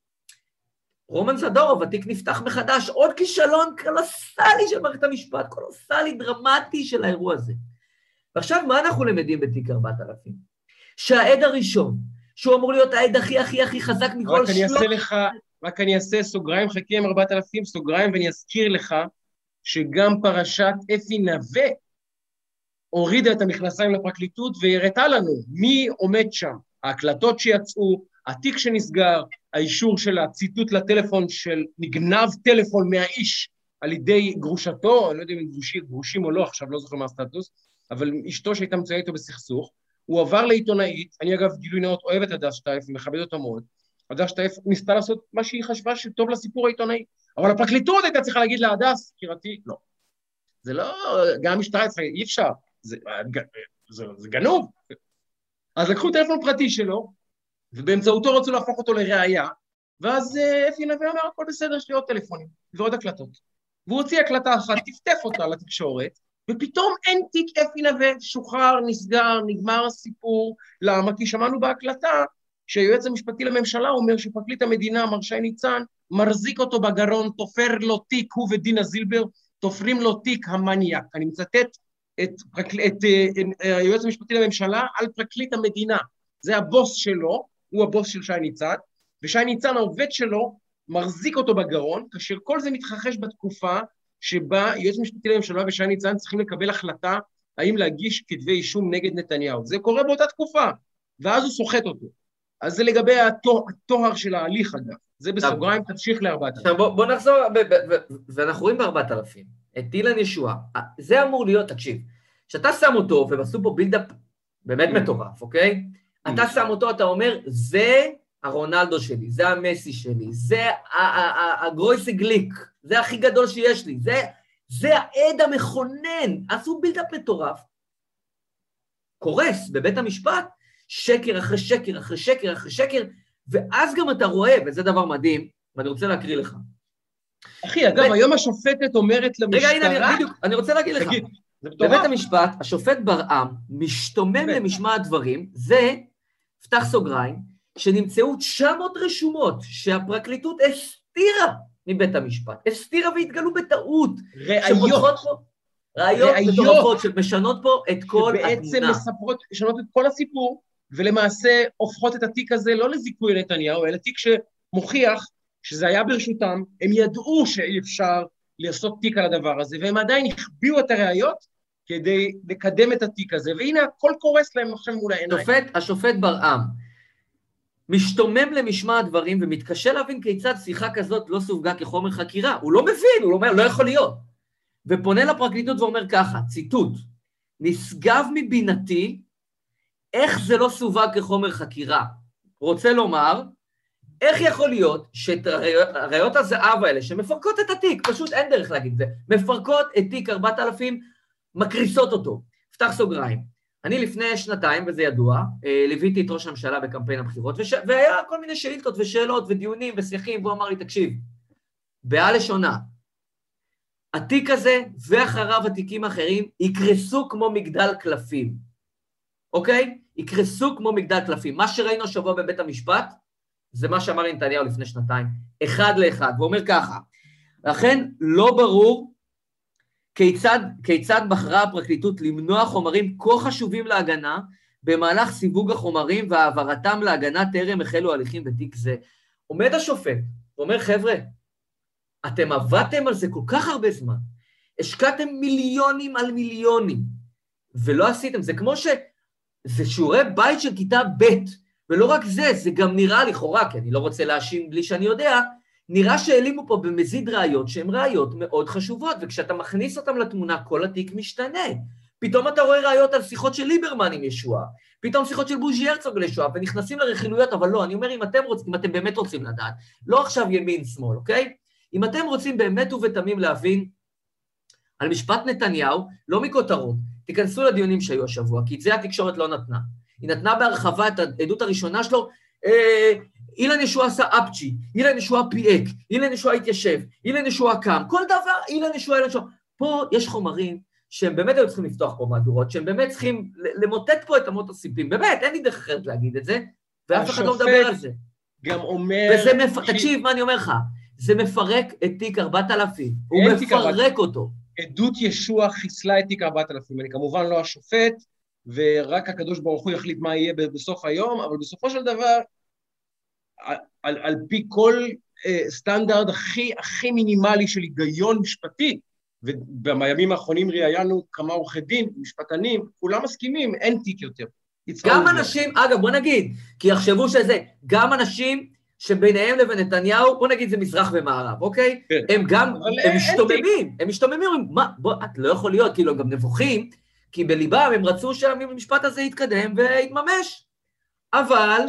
B: רומן זדורוב, התיק נפתח מחדש, עוד כישלון קולוסלי של מערכת המשפט, קולוסלי, דרמטי של האירוע הזה. ועכשיו, מה אנחנו למדים בתיק 4,000? שהעד הראשון, שהוא אמור להיות העד הכי חזק מכל
C: רק אני אעשה סוגריים, חכי עם 4,000 סוגריים, ואני אזכיר לך שגם פרשת אפי נווה הורידה את המכנסיים לפרקליטות והראתה לנו מי עומד שם. ההקלטות שיצאו, התיק שנסגר, האישור של הציטוט לטלפון של נגנב טלפון מהאיש על ידי גרושתו, אני לא יודע אם גרושים או לא, עכשיו לא זוכר מה הסטטוס, אבל אשתו שהייתה מצויה איתו בסכסוך, הוא עבר לעיתונאית, אני אגב גילוי נאות אוהב את הדס שטייף ומכבד אותה מאוד, הדס שטייף ניסתה לעשות מה שהיא חשבה שטוב לסיפור העיתונאי, אבל הפרקליטות הייתה צריכה להגיד לה, הדס, קירתי, לא. זה לא, גם המשטרה אי אפשר, זה גנוב. אז לקחו טלפון פרטי שלו, ובאמצעותו רצו להפוך אותו לראייה, ואז אפי נווה אומר, הכל בסדר, יש לי עוד טלפונים, ועוד הקלטות. והוא הוציא הקלטה אחת, תפתף אותה לתקשורת, ופתאום אין תיק אפי נווה, שוחרר, נסגר, נגמר הסיפור. למה? כי שמענו בהקלטה שהיועץ המשפטי לממשלה אומר שפרקליט המדינה, מר שי ניצן, מחזיק אותו בגרון, תופר לו תיק, הוא ודינה זילבר, תופרים לו תיק המניאק. אני מצטט את היועץ המשפטי לממשלה על פרקליט המדינה. זה הבוס שלו, הוא הבוס של שי ניצן, ושי ניצן, העובד שלו, מחזיק אותו בגרון, כאשר כל זה מתרחש בתקופה שבה יועץ משפטי לממשלה ושי ניצן צריכים לקבל החלטה האם להגיש כתבי אישום נגד נתניהו. זה קורה באותה תקופה. ואז הוא סוחט אותו. אז זה לגבי התואר של ההליך, אגב. זה בסוגריים, תמשיך ל-4,000.
B: עכשיו בוא נחזור, ואנחנו רואים ב-4,000, את אילן ישועה. זה אמור להיות, תקשיב, שאתה שם אותו, ובסוף פה בילדאפ באמת מטורף, אוקיי? אתה שם אותו, אתה אומר, זה הרונלדו שלי, זה המסי שלי, זה הגרויסי גליק, זה הכי גדול שיש לי, זה העד המכונן, עשו בילדאפ מטורף. קורס בבית המשפט, שקר אחרי שקר אחרי שקר אחרי שקר, ואז גם אתה רואה, וזה דבר מדהים, ואני רוצה להקריא לך.
C: אחי, אגב, היום השופטת אומרת למשטרה...
B: רגע, הנה, בדיוק, אני רוצה להגיד לך. בבית המשפט, השופט ברעם משתומם למשמע הדברים, זה, פתח סוגריים, שנמצאו 900 רשומות שהפרקליטות הסתירה מבית המשפט, הסתירה והתגלו בטעות. ראיות מטורפות שמשנות פה את כל התמונה.
C: שבעצם משנות את כל הסיפור, ולמעשה הופכות את התיק הזה לא לזיכוי נתניהו, אלא תיק שמוכיח שזה היה ברשותם, הם ידעו שאי אפשר לעשות תיק על הדבר הזה, והם עדיין הכביאו את הראיות כדי לקדם את התיק הזה, והנה הכל קורס להם עכשיו מול העיניים.
B: השופט ברעם משתומם למשמע הדברים, ומתקשה להבין כיצד שיחה כזאת לא סווגה כחומר חקירה. הוא לא מבין, הוא אומר, לא יכול להיות. ופונה לפרקליטות ואומר ככה, ציטוט, נשגב מבינתי, איך זה לא סווג כחומר חקירה? רוצה לומר, איך יכול להיות שאת ראיות הזהב האלה, שמפרקות את התיק, פשוט אין דרך להגיד זה, מפרקות את תיק 4,000, מקריסות אותו. פתח סוגריים. אני לפני שנתיים, וזה ידוע, ליוויתי את ראש הממשלה בקמפיין הבחירות, והיה כל מיני שאילתות ושאלות ודיונים ושיחים, והוא אמר לי, תקשיב, בעל לשונה, התיק הזה ואחריו התיקים האחרים יקרסו כמו מגדל קלפים. אוקיי? יקרסו כמו מגדל קלפים. מה שראינו השבוע בבית המשפט, זה מה שאמר נתניהו לפני שנתיים, 1-1, והוא אומר ככה, לכן לא ברור כיצד בחרה הפרקליטות למנוע חומרים כה חשובים להגנה, במהלך סיווג החומרים והעברתם להגנה טרם החלו הליכים בתיק זה. עומד השופט, ואומר, חבר'ה, אתם עבדתם על זה כל כך הרבה זמן, השקעתם מיליונים על מיליונים, ולא עשיתם, זה כמו זה שיעורי בית של כיתה ב', ולא רק זה, זה גם נראה לכאורה, כי אני לא רוצה להאשים בלי שאני יודע, נראה שהעלימו פה במזיד ראיות שהן ראיות מאוד חשובות, וכשאתה מכניס אותם לתמונה, כל התיק משתנה. פתאום אתה רואה ראיות על שיחות של ליברמן עם ישועה, פתאום שיחות של בוז'י הרצוג לישועה, ונכנסים לרכילויות, אבל לא, אני אומר, אם אתם באמת רוצים לדעת, לא עכשיו ימין שמאל, אוקיי? אם אתם רוצים באמת ובתמים להבין על משפט נתניהו, לא מכותרות, תיכנסו לדיונים שהיו השבוע, כי את זה התקשורת לא נתנה. היא נתנה בהרחבה את העדות הראשונה שלו, אילן ישועה עשה אפצ'י, אילן ישועה פיאק, אילן ישועה התיישב, אילן ישועה קם, כל דבר, אילן ישועה. פה יש חומרים שהם באמת היו צריכים לפתוח פה מהדורות, שהם באמת צריכים למוטט פה את אמות הסיפים, באמת, אין לי דרך אחרת להגיד את זה, ואף אחד לא מדבר על זה.
C: גם אומר...
B: תקשיב מה אני אומר לך, זה מפרק את תיק 4,000, הוא מפרק אותו.
C: עדות ישוע חיסלה את תיק 4,000, אני כמובן לא השופט, ורק הקדוש ברוך הוא יחליט מה יהיה בסוף היום, אבל בסופו של דבר, על פי כל סטנדרט הכי מינימלי של היגיון משפטי, ובימים האחרונים ראיינו כמה עורכי דין, משפטנים, כולם מסכימים, אין תיק יותר.
B: גם אנשים, אגב, בוא נגיד, כי יחשבו שזה, גם אנשים שביניהם לבין נתניהו, בוא נגיד זה מזרח ומערב, אוקיי? כן. הם גם, הם משתוממים, מה, בוא, את לא יכול להיות, כאילו, הם גם נבוכים, כי בליבם הם רצו שהמשפט הזה יתקדם ויתממש. אבל...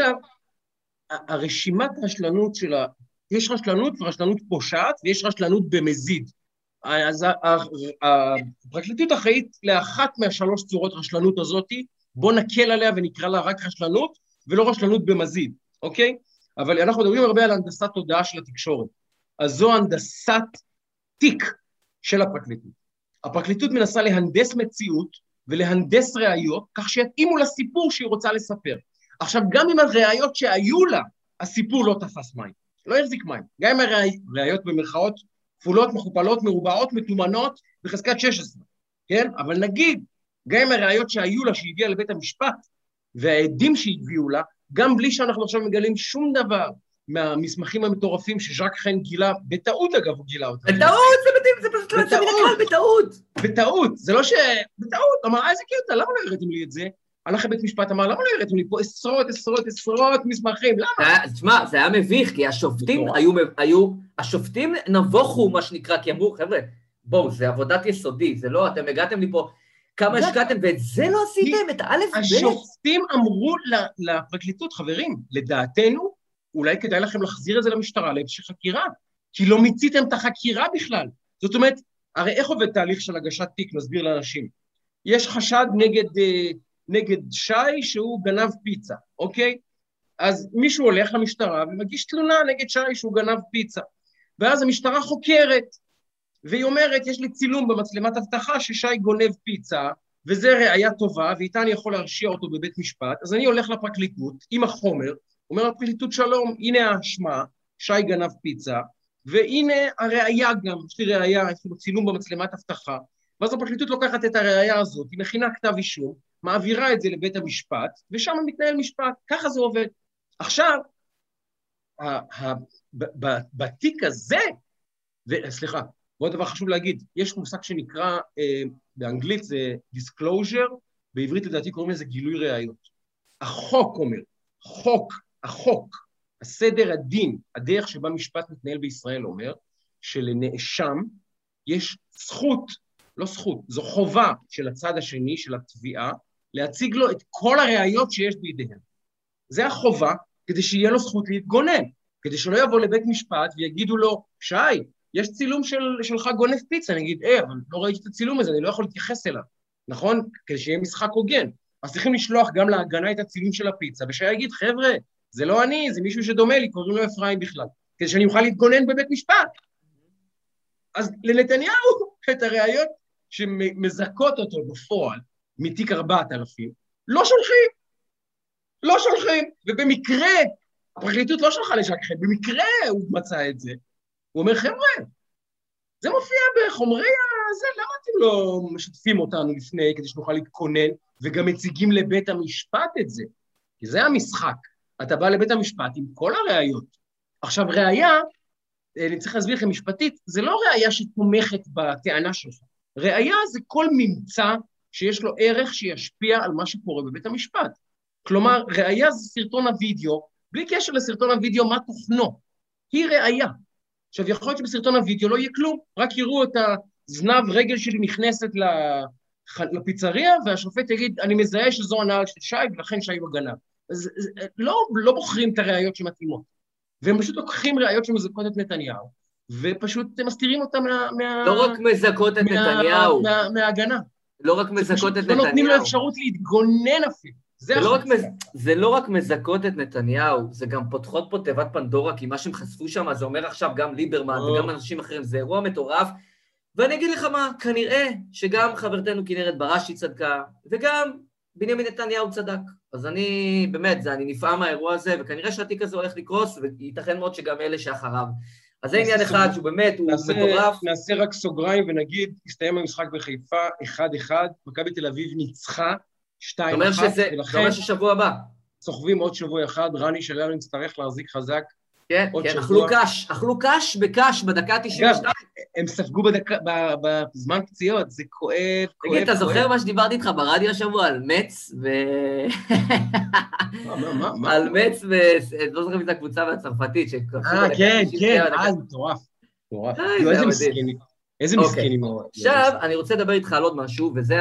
C: הרשימת רשלנות שלה, יש רשלנות ורשלנות פושעת, ויש רשלנות במזיד. אז הפרקליטות אחראית לאחת מהשלוש צורות רשלנות הזאת, בוא נקל עליה ונקרא לה רק רשלנות, ולא רשלנות במזיד, אוקיי? אבל אנחנו מדברים הרבה על הנדסת תודעה של התקשורת. אז זו הנדסת תיק של הפרקליטות. הפרקליטות מנסה להנדס מציאות ולהנדס ראיות, כך שיתאימו לסיפור שהיא רוצה לספר. עכשיו, גם אם הראיות שהיו לה, הסיפור לא תפס מים, לא יחזיק מים. גם אם הראיות במרכאות כפולות, מכופלות, מרובעות, מתומנות, בחזקת 16, כן? אבל נגיד, גם אם הראיות שהיו לה, שהגיעה לבית המשפט, והעדים שהגיעו לה, גם בלי שאנחנו עכשיו מגלים שום דבר מהמסמכים המטורפים שז'ק חן גילה, בטעות אגב הוא גילה אותם.
B: בטעות, זה פשוט לא יצא מן הכלל, בטעות.
C: בטעות, זה לא ש... בטעות, אמר, איזה קטע, למה לא הראיתם לי את זה? הלך לבית משפט, אמר, למה לא הראיתם לי פה עשרות מסמכים, למה?
B: תשמע, זה היה מביך, כי השופטים נבוכו, מה שנקרא, כי אמרו, חבר'ה, בואו, זה עבודת יסודי, זה לא, אתם הגעתם לי פה, כמה השקעתם, ואת זה לא עשיתם, את האלף ב'.
C: השופטים אמרו לפרקליטות, חברים, לדעתנו, אולי כדאי לכם להחזיר את זה למשטרה, לאיזושהי חקירה, כי לא מיציתם את החקירה בכלל. זאת אומרת, הרי איך עובד תהליך של הגשת תיק, נסביר לאנשים. יש חשד נגד שי שהוא גנב פיצה, אוקיי? אז מישהו הולך למשטרה ומגיש תלונה נגד שי שהוא גנב פיצה, ואז המשטרה חוקרת, והיא אומרת, יש לי צילום במצלמת אבטחה ששי גונב פיצה, וזה ראיה טובה, ואיתה אני יכול להרשיע אותו בבית משפט, אז אני הולך לפרקליטות עם החומר, אומר לפרקליטות שלום, הנה האשמה, שי גנב פיצה, והנה הראיה גם, יש לי ראיה, יש לי צילום במצלמת אבטחה, ואז הפרקליטות לוקחת את הראיה הזאת, היא מכינה כתב אישום, מעבירה את זה לבית המשפט, ושם מתנהל משפט, ככה זה עובד. עכשיו, בתיק הזה, סליחה, עוד דבר חשוב להגיד, יש מושג שנקרא, באנגלית זה disclosure, בעברית לדעתי קוראים לזה גילוי ראיות. החוק אומר, החוק, הסדר הדין, הדרך שבה משפט מתנהל בישראל אומר, שלנאשם יש זכות, לא זכות, זו חובה של הצד השני, של התביעה, להציג לו את כל הראיות שיש בידיהם. זה החובה, כדי שיהיה לו זכות להתגונן, כדי שלא יבוא לבית משפט ויגידו לו, שי, יש צילום שלך גונב פיצה, אני אגיד, אבל לא ראיתי את הצילום הזה, אני לא יכול להתייחס אליו, נכון? כדי שיהיה משחק הוגן. אז צריכים לשלוח גם להגנה את הצילום של הפיצה, ושי יגיד, חבר'ה, זה לא אני, זה מישהו שדומה לי, קוראים לו אפרים בכלל, כדי שאני אוכל להתגונן בבית משפט. אז לנתניהו, את הראיות שמזכות אותו בפועל, מתיק 4,000, לא שולחים, ובמקרה, הפרקליטות לא שלחה לשק חן, במקרה הוא מצא את זה, הוא אומר, חבר'ה, זה מופיע בחומרי הזה, למה אתם לא משתפים אותנו לפני, כדי שנוכל להתכונן, וגם מציגים לבית המשפט את זה? כי זה המשחק, אתה בא לבית המשפט עם כל הראיות. עכשיו, ראיה, אני צריך להסביר לכם משפטית, זה לא ראיה שתומכת בטענה שלך, ראיה זה כל ממצא שיש לו ערך שישפיע על מה שקורה בבית המשפט. כלומר, ראיה זה סרטון הוידאו, בלי קשר לסרטון הוידאו, מה תוכנו? היא ראיה. עכשיו, יכול להיות שבסרטון הוידאו לא יהיה כלום, רק יראו את הזנב רגל שלי נכנסת לפיצריה, והשופט יגיד, אני מזהה שזו הנעל של שי, ולכן שי בגנב. אז לא בוחרים את הראיות שמתאימות. והם פשוט לוקחים ראיות שמזכות את נתניהו, ופשוט מסתירים אותם
B: לא רק מזכות את נתניהו.
C: מההגנה.
B: לא רק מזכות את נתניהו.
C: לא נותנים לו אפשרות להתגונן אפילו.
B: זה לא רק מזכות את נתניהו, זה גם פותחות פה תיבת פנדורה, כי מה שהם חשפו שם, זה אומר עכשיו גם ליברמן וגם אנשים אחרים, זה אירוע מטורף, ואני אגיד לך מה, כנראה שגם חברתנו כנרת בראשי צדקה, וגם בנימין נתניהו צדק. אז אני, באמת, אני נפעם מהאירוע הזה, וכנראה שהתיק הזה הולך לקרוס, וייתכן מאוד שגם אלה שאחריו. אז זה עניין אחד שהוא באמת, הוא מטורף.
C: נעשה רק סוגריים ונגיד, הסתיים המשחק בחיפה, 1-1, מכבי תל אביב ניצחה, 2-1,
B: זה אומר ששבוע הבא.
C: סוחבים עוד שבוע אחד, רני שלנו נצטרך להחזיק חזק.
B: כן, אכלו קש בקש בדקה 92.
C: הם ספגו בזמן פציעות, זה כואב.
B: תגיד, אתה זוכר מה שדיברתי איתך ברדיו השבוע על מצ
C: מה?
B: על מצ לא זוכר את הקבוצה והצרפתית.
C: כן, מטורף. איזה מסכנים. איזה מסכנים.
B: עכשיו, אני רוצה לדבר איתך על עוד משהו, וזה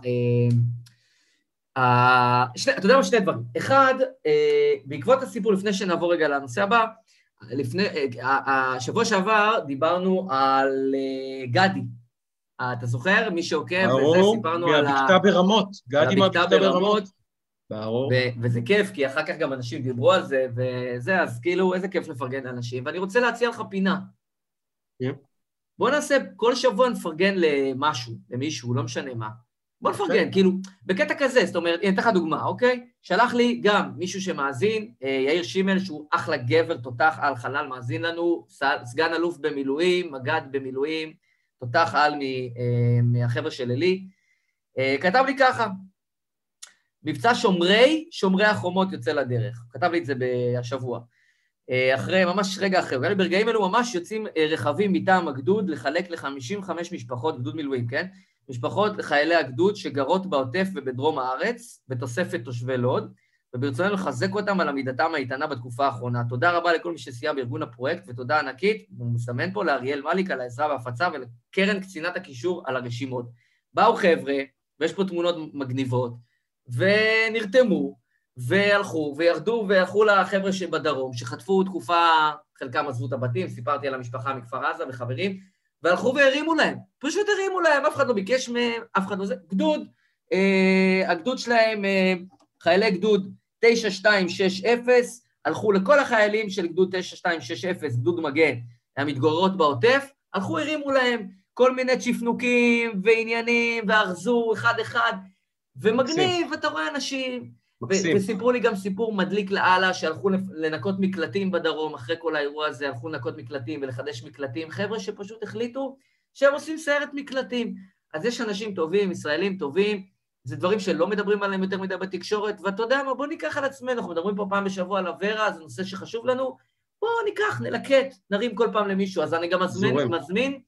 B: אתה יודע מה, שני דברים. אחד, בעקבות הסיפור, לפני שנעבור רגע לנושא הבא, השבוע שעבר דיברנו על גדי. אתה זוכר? מי שעוקב, וזה סיפרנו על
C: הבקתה ברמות. גדי מהבקתה ברמות.
B: וזה כיף, כי אחר כך גם אנשים דיברו על זה, וזה, אז כאילו, איזה כיף לפרגן לאנשים. ואני רוצה להציע לך פינה. בוא נעשה, כל שבוע נפרגן למשהו, למישהו, לא משנה מה. בוא נפרגן, כאילו, בקטע כזה, זאת אומרת, אני אתן לך דוגמה, אוקיי? שלח לי גם מישהו שמאזין, יאיר שימל, שהוא אחלה גבר, תותח על חלל, מאזין לנו, סגן אלוף במילואים, מג"ד במילואים, תותח על מהחבר'ה של אלי, כתב לי ככה, מבצע שומרי החומות יוצא לדרך, כתב לי את זה השבוע, אחרי, ממש רגע אחרי, ברגעים אלו ממש יוצאים רכבים מטעם הגדוד, לחלק ל-55 משפחות, גדוד מילואים, כן? משפחות חיילי הגדוד שגרות בעוטף ובדרום הארץ, בתוספת תושבי לוד, וברצוננו לחזק אותם על עמידתם האיתנה בתקופה האחרונה. תודה רבה לכל מי שסייע בארגון הפרויקט, ותודה ענקית, הוא מסמן פה לאריאל מליק על העזרה וההפצה, ולקרן קצינת הקישור על הרשימות. באו חבר'ה, ויש פה תמונות מגניבות, ונרתמו, והלכו, וירדו, והלכו לחבר'ה שבדרום, שחטפו תקופה, חלקם עזבו את הבתים, סיפרתי על המשפחה מכפר עזה וחברים, והלכו והרימו להם, פשוט הרימו להם, אף אחד לא ביקש מהם, אף אחד לא זה, גדוד, הגדוד שלהם, חיילי גדוד 9260, הלכו לכל החיילים של גדוד 9260, גדוד מגן, המתגוררות בעוטף, הלכו הרימו להם כל מיני צ'פנוקים ועניינים, וארזו אחד, ומגניב, אתה רואה אנשים, וסיפרו לי גם סיפור מדליק לאללה, שהלכו לנקות מקלטים בדרום, אחרי כל האירוע הזה, הלכו לנקות מקלטים ולחדש מקלטים, חבר'ה שפשוט החליטו שהם עושים סיירת מקלטים. אז יש אנשים טובים, ישראלים טובים, זה דברים שלא מדברים עליהם יותר מדי בתקשורת, ואתה יודע מה, בוא ניקח על עצמנו, אנחנו מדברים פה פעם בשבוע על הוורה, זה נושא שחשוב לנו, בוא ניקח, נלקט, נרים כל פעם למישהו, אז אני גם מזמין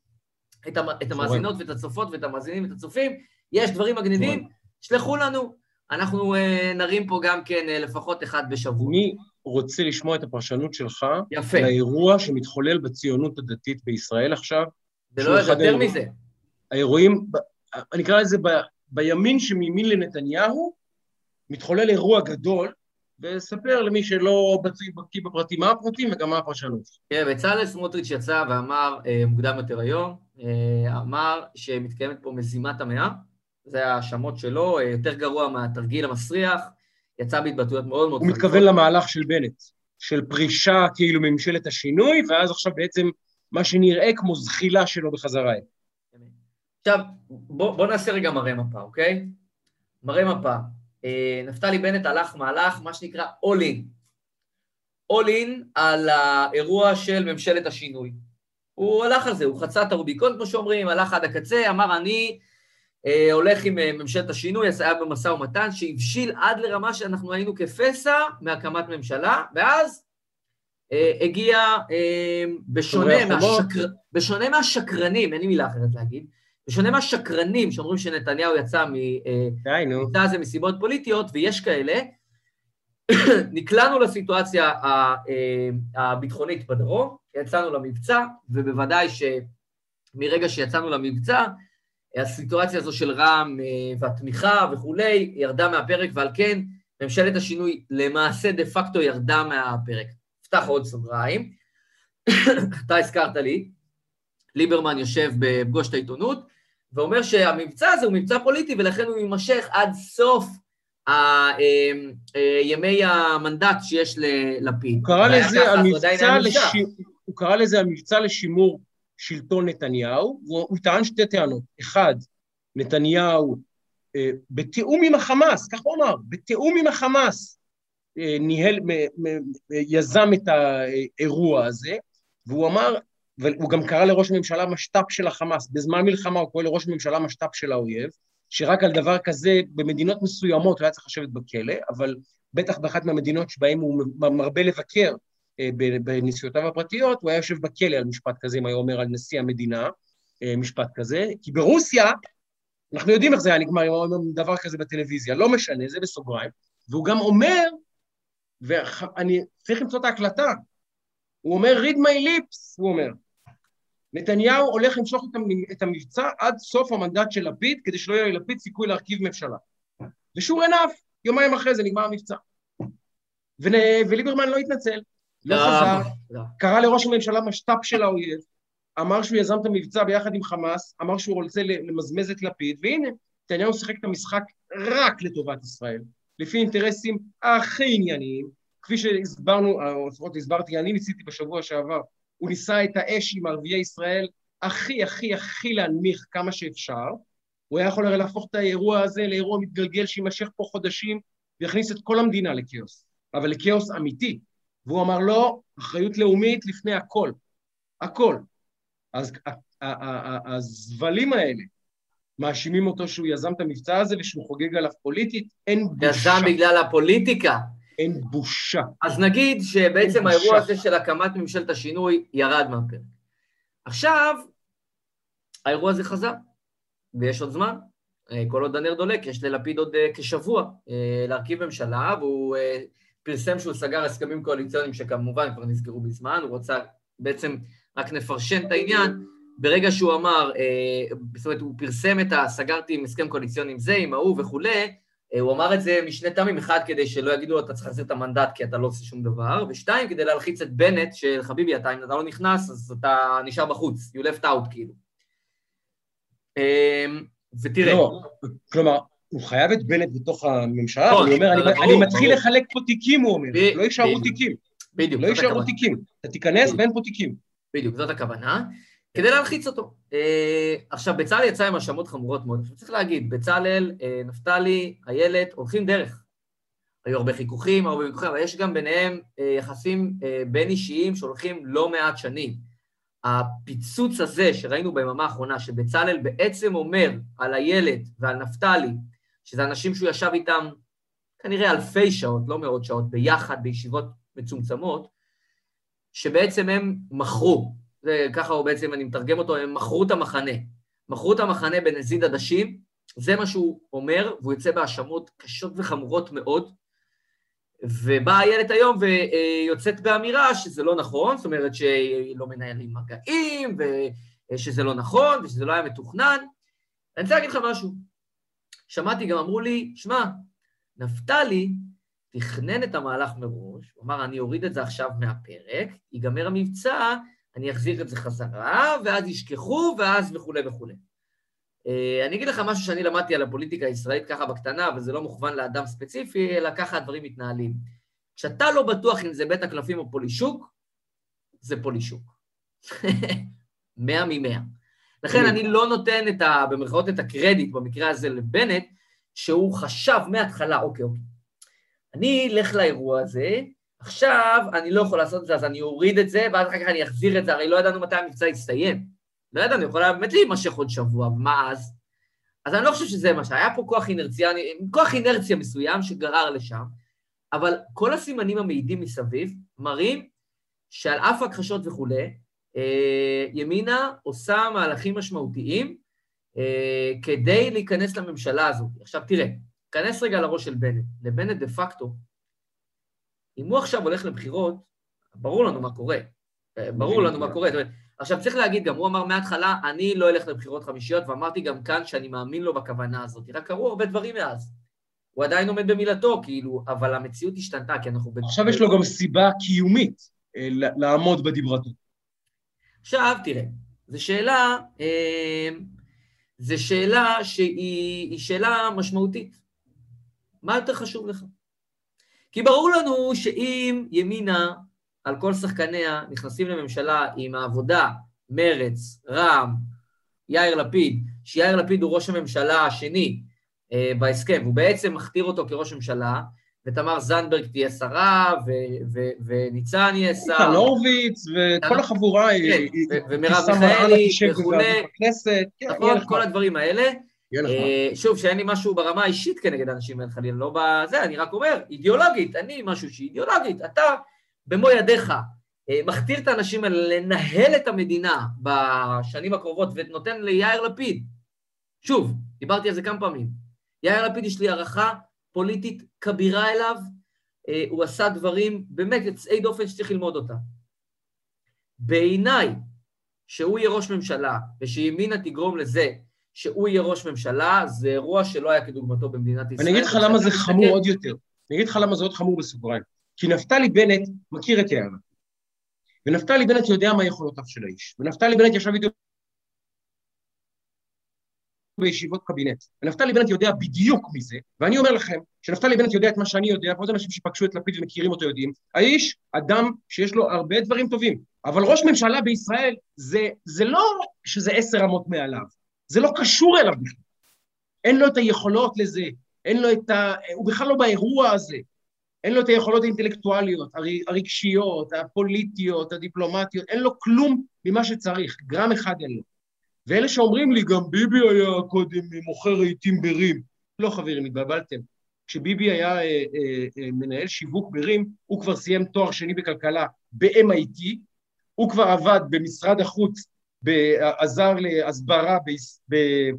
B: את המאזינות ואת הצופות ואת המאזינים ואת הצופים, יש דברים מגניבים, שלחו לנו, אנחנו נרים פה גם כן לפחות אחד בשבוע.
C: אני רוצה לשמוע את הפרשנות שלך, לאירוע שמתחולל בציונות הדתית בישראל עכשיו.
B: זה לא יותר מזה.
C: האירועים, אני אקרא לזה בימין שמימין לנתניהו, מתחולל אירוע גדול, וספר למי שלא בקיא בפרטים, מה הפרטים וגם מה הפרשנות.
B: כן, בצלאל סמוטריץ' יצא ואמר, מוקדם יותר היום, אמר שמתקיימת פה מזימת המאה, זה ההאשמות שלו, יותר גרוע מהתרגיל המסריח, יצא בהתבטאויות מאוד מאוד...
C: הוא מתכוון למהלך של בנט, של פרישה כאילו ממשלת השינוי, ואז עכשיו בעצם מה שנראה כמו זחילה שלו בחזרה.
B: עכשיו, בוא נעשה רגע מראה מפה, אוקיי? מראה מפה. נפתלי בנט הלך מהלך, מה שנקרא all in. all in על האירוע של ממשלת השינוי. הוא הלך על זה, הוא חצה את הרוביקון, כמו שאומרים, הלך עד הקצה, אמר אני... הולך עם ממשלת השינוי, היה במשא ומתן, שהבשיל עד לרמה שאנחנו היינו כפסע מהקמת ממשלה, ואז הגיע בשונה מהשקרנים, אין לי מילה אחרת להגיד, בשונה מהשקרנים שאומרים שנתניהו יצא מסיבות פוליטיות, ויש כאלה, נקלענו לסיטואציה הביטחונית בדרום, יצאנו למבצע, ובוודאי שמרגע שיצאנו למבצע, הסיטואציה הזו של רע"מ והתמיכה וכולי, ירדה מהפרק, ועל כן ממשלת השינוי למעשה דה פקטו ירדה מהפרק. פתח עוד סוגריים, אתה הזכרת לי, ליברמן יושב בפגוש את העיתונות, ואומר שהמבצע הזה הוא מבצע פוליטי, ולכן הוא יימשך עד סוף ימי המנדט שיש ללפיד.
C: הוא קרא לזה המבצע לשימור שלטון נתניהו, והוא טען שתי טענות. אחד, נתניהו בתיאום עם החמאס, כך הוא אמר, בתיאום עם החמאס, יזם את האירוע הזה, והוא אמר, והוא גם קרא לראש הממשלה משת"פ של החמאס, בזמן מלחמה הוא קורא לראש הממשלה משת"פ של האויב, שרק על דבר כזה במדינות מסוימות הוא היה צריך לשבת בכלא, אבל בטח באחת מהמדינות שבהן הוא מרבה לבקר, בנסיעותיו הפרטיות, הוא היה יושב בכלא על משפט כזה, אם היה אומר על נשיא המדינה, משפט כזה, כי ברוסיה, אנחנו יודעים איך זה היה נגמר, אם הוא אומר דבר כזה בטלוויזיה, לא משנה, זה בסוגריים, והוא גם אומר, ואני צריך למצוא את ההקלטה, הוא אומר, read my lips, הוא אומר, נתניהו הולך למשוך את המבצע עד סוף המנדט של לפיד, כדי שלא יהיה לפיד סיכוי להרכיב ממשלה. ושור ענף, יומיים אחרי זה נגמר המבצע. וליברמן לא התנצל, לא חזר, קרא לראש הממשלה משת"פ של האויב, אמר שהוא יזם את המבצע ביחד עם חמאס, אמר שהוא רוצה למזמז את לפיד, והנה, נתניהו שיחק את המשחק רק לטובת ישראל, לפי אינטרסים הכי ענייניים, כפי שהסברנו, או לפחות הסברתי, אני ניסיתי בשבוע שעבר, הוא ניסה את האש עם ערביי ישראל, הכי להנמיך כמה שאפשר, הוא היה יכול להפוך את האירוע הזה לאירוע מתגלגל שימשך פה חודשים, ויכניס את כל המדינה לכאוס, אבל לכאוס אמיתי, והוא אמר לא, אחריות לאומית לפני הכל, הכל. אז הזבלים האלה, מאשימים אותו שהוא יזם את המבצע הזה, ושהוא חוגג עליו פוליטית, אין בושה.
B: יזם בגלל הפוליטיקה.
C: אין בושה.
B: אז נגיד שבעצם האירוע הזה של הקמת ממשלת השינוי ירד מהפרק. עכשיו, האירוע הזה חזר. ויש עוד זמן. כל עוד הנר דולק, יש ללפיד עוד כשבוע להרכיב ממשלה, והוא פרסם שהוא סגר הסכמים קואליציוניים שכמובן כבר נסגרו בזמן, הוא רוצה בעצם רק נפרשן את העניין, ברגע שהוא אמר, זאת אומרת, הוא פרסם את סגרתי עם הסכם קואליציוני עם זה, עם ההוא וכולי, הוא אמר את זה משני טעמים, אחד כדי שלא יגידו לו, אתה צריך להחזיר את המנדט כי אתה לא עושה שום דבר, ושתיים, כדי להלחיץ את בנט, של חביבי, אם אתה לא נכנס, אז אתה נשאר בחוץ, you left out כאילו. ותראה.
C: לא, כלומר, הוא חייב את בנט בתוך הממשלה, הוא אומר, אני מתחיל לחלק פה תיקים, הוא אומר, לא יישארו תיקים.
B: בדיוק.
C: לא יישארו תיקים, אתה תיכנס ואין פה תיקים.
B: בדיוק, זאת הכוונה. כדי להלחיץ אותו. עכשיו, בצלאל יצא עם האשמות חמורות מאוד. עכשיו צריך להגיד, בצלאל, נפתלי, איילת, הולכים דרך. היו הרבה חיכוכים, אבל יש גם ביניהם יחסים בין אישיים שהולכים לא מעט שנים. הפיצוץ הזה שראינו ביממה האחרונה, שבצלאל בעצם אומר על איילת ועל נפתלי, שזה אנשים שהוא ישב איתם כנראה אלפי שעות, לא מאות שעות, ביחד, בישיבות מצומצמות, שבעצם הם מכרו. ככה הוא בעצם, אני מתרגם אותו, הם מכרו את המחנה. מכרו את המחנה בנזיד עדשים, זה מה שהוא אומר, והוא יוצא בהאשמות קשות וחמורות מאוד, ובאה איילת היום ויוצאת באמירה שזה לא נכון, זאת אומרת שהיא לא מנהלים מגעים, ושזה לא נכון, ושזה לא היה מתוכנן. אני רוצה להגיד לך משהו. שמעתי, גם אמרו לי, שמע, נפתלי תכנן את המהלך מראש, הוא אמר, אני אוריד את זה עכשיו מהפרק, ייגמר המבצע, אני אחזיר את זה חזרה, ואז ישכחו, ואז וכו' וכו'. אני אגיד לך משהו שאני למדתי על הפוליטיקה הישראלית ככה בקטנה, וזה לא מוכוון לאדם ספציפי, אלא ככה הדברים מתנהלים. כשאתה לא בטוח אם זה בית הקלפים או פולישוק, זה פולישוק. 100 מ-100. לכן אני לא נותן במרכאות את הקרדיט, במקרה הזה לבנט, שהוא חשב מההתחלה, אוקיי, אני אלך לאירוע הזה, עכשיו אני לא יכול לעשות את זה, אז אני אוריד את זה, ואז אחר כך אני אחזיר את זה, הרי לא ידענו מתי המבצע יסתיים. לא ידענו, יכולה באמת להימשך עוד שבוע, מה אז? אז אני לא חושב שזה מה שהיה פה כוח אינרציה מסוים שגרר לשם, אבל כל הסימנים המעידים מסביב מראים שעל אף הכחשות וכו', ימינה עושה מהלכים משמעותיים כדי להיכנס לממשלה הזאת. עכשיו תראה, כנס רגע לראש של בנט. לבנט דה פקטו, אם הוא עכשיו הולך לבחירות, ברור לנו מה קורה. ברור לנו מה קורה. עכשיו צריך להגיד גם, הוא אמר מההתחלה, אני לא אלך לבחירות חמישיות, ואמרתי גם כאן שאני מאמין לו בכוונה הזאת. רק קראו הרבה דברים מאז. הוא עדיין עומד במילתו, כאילו, אבל המציאות השתנתה, כי אנחנו...
C: עכשיו יש לו גם סיבה קיומית לעמוד בדברתו.
B: עכשיו, תראה, זו שאלה שהיא שאלה משמעותית. מה יותר חשוב לך? כי ברור לנו שאם ימינה, על כל שחקניה, נכנסים לממשלה עם העבודה, מרץ, רע"מ, יאיר לפיד, שיאיר לפיד הוא ראש הממשלה השני בהסכם, הוא בעצם מכתיר אותו כראש ממשלה, ותמר זנדברג תהיה שרה, וניצן יהיה שר.
C: ניצן הורוביץ, וכל החבורה היא...
B: ומרב מיכאלי, וכו'. נכון, כל הדברים האלה. שוב, שאין לי משהו ברמה האישית כנגד אנשים האלה, חלילה, לא בזה, אני רק אומר, אידיאולוגית, אני משהו שהיא אידיאולוגית, אתה במו ידיך מכתיר את האנשים האלה לנהל את המדינה בשנים הקרובות, ונותן ליאיר לפיד. שוב, דיברתי על זה כמה פעמים. יאיר לפיד יש לי הערכה פוליטית כבירה אליו, הוא עשה דברים באמת יוצאי דופן שצריך ללמוד אותה. בעיניי, שהוא יהיה ראש ממשלה, ושימינה תגרום לזה שהוא יהיה ראש ממשלה, זה אירוע שלא היה כדוגמתו במדינת ישראל.
C: אני אגיד לך למה זה חמור עוד יותר. אני אגיד לך למה זה עוד חמור בסוגריים. כי נפתלי בנט מכיר את יאיר. ונפתלי בנט יודע מה יכולותיו של האיש. ונפתלי בנט ישב איתו בישיבות קבינט. ונפתלי בנט יודע בדיוק מזה, ואני אומר לכם שנפתלי בנט יודע את מה שאני יודע, ועוד אנשים שפגשו את לפיד ומכירים אותו יודעים, האיש, אדם שיש לו הרבה דברים טובים, אבל ראש ממשלה בישראל זה לא שזה 10 רמות מעליו, זה לא קשור אליו בכלל. אין לו את היכולות לזה, הוא בכלל לא באירוע הזה, אין לו את היכולות האינטלקטואליות, הרגשיות, הפוליטיות, הדיפלומטיות, אין לו כלום ממה שצריך, גרם אחד אין לו. ואלה שאומרים לי, גם ביבי היה קודם מוכר רהיטים ברים. לא חברים, התבלבלתם. כשביבי היה מנהל שיווק ברים, הוא כבר סיים תואר שני בכלכלה ב-MIT, הוא כבר עבד במשרד החוץ, עזר להסברה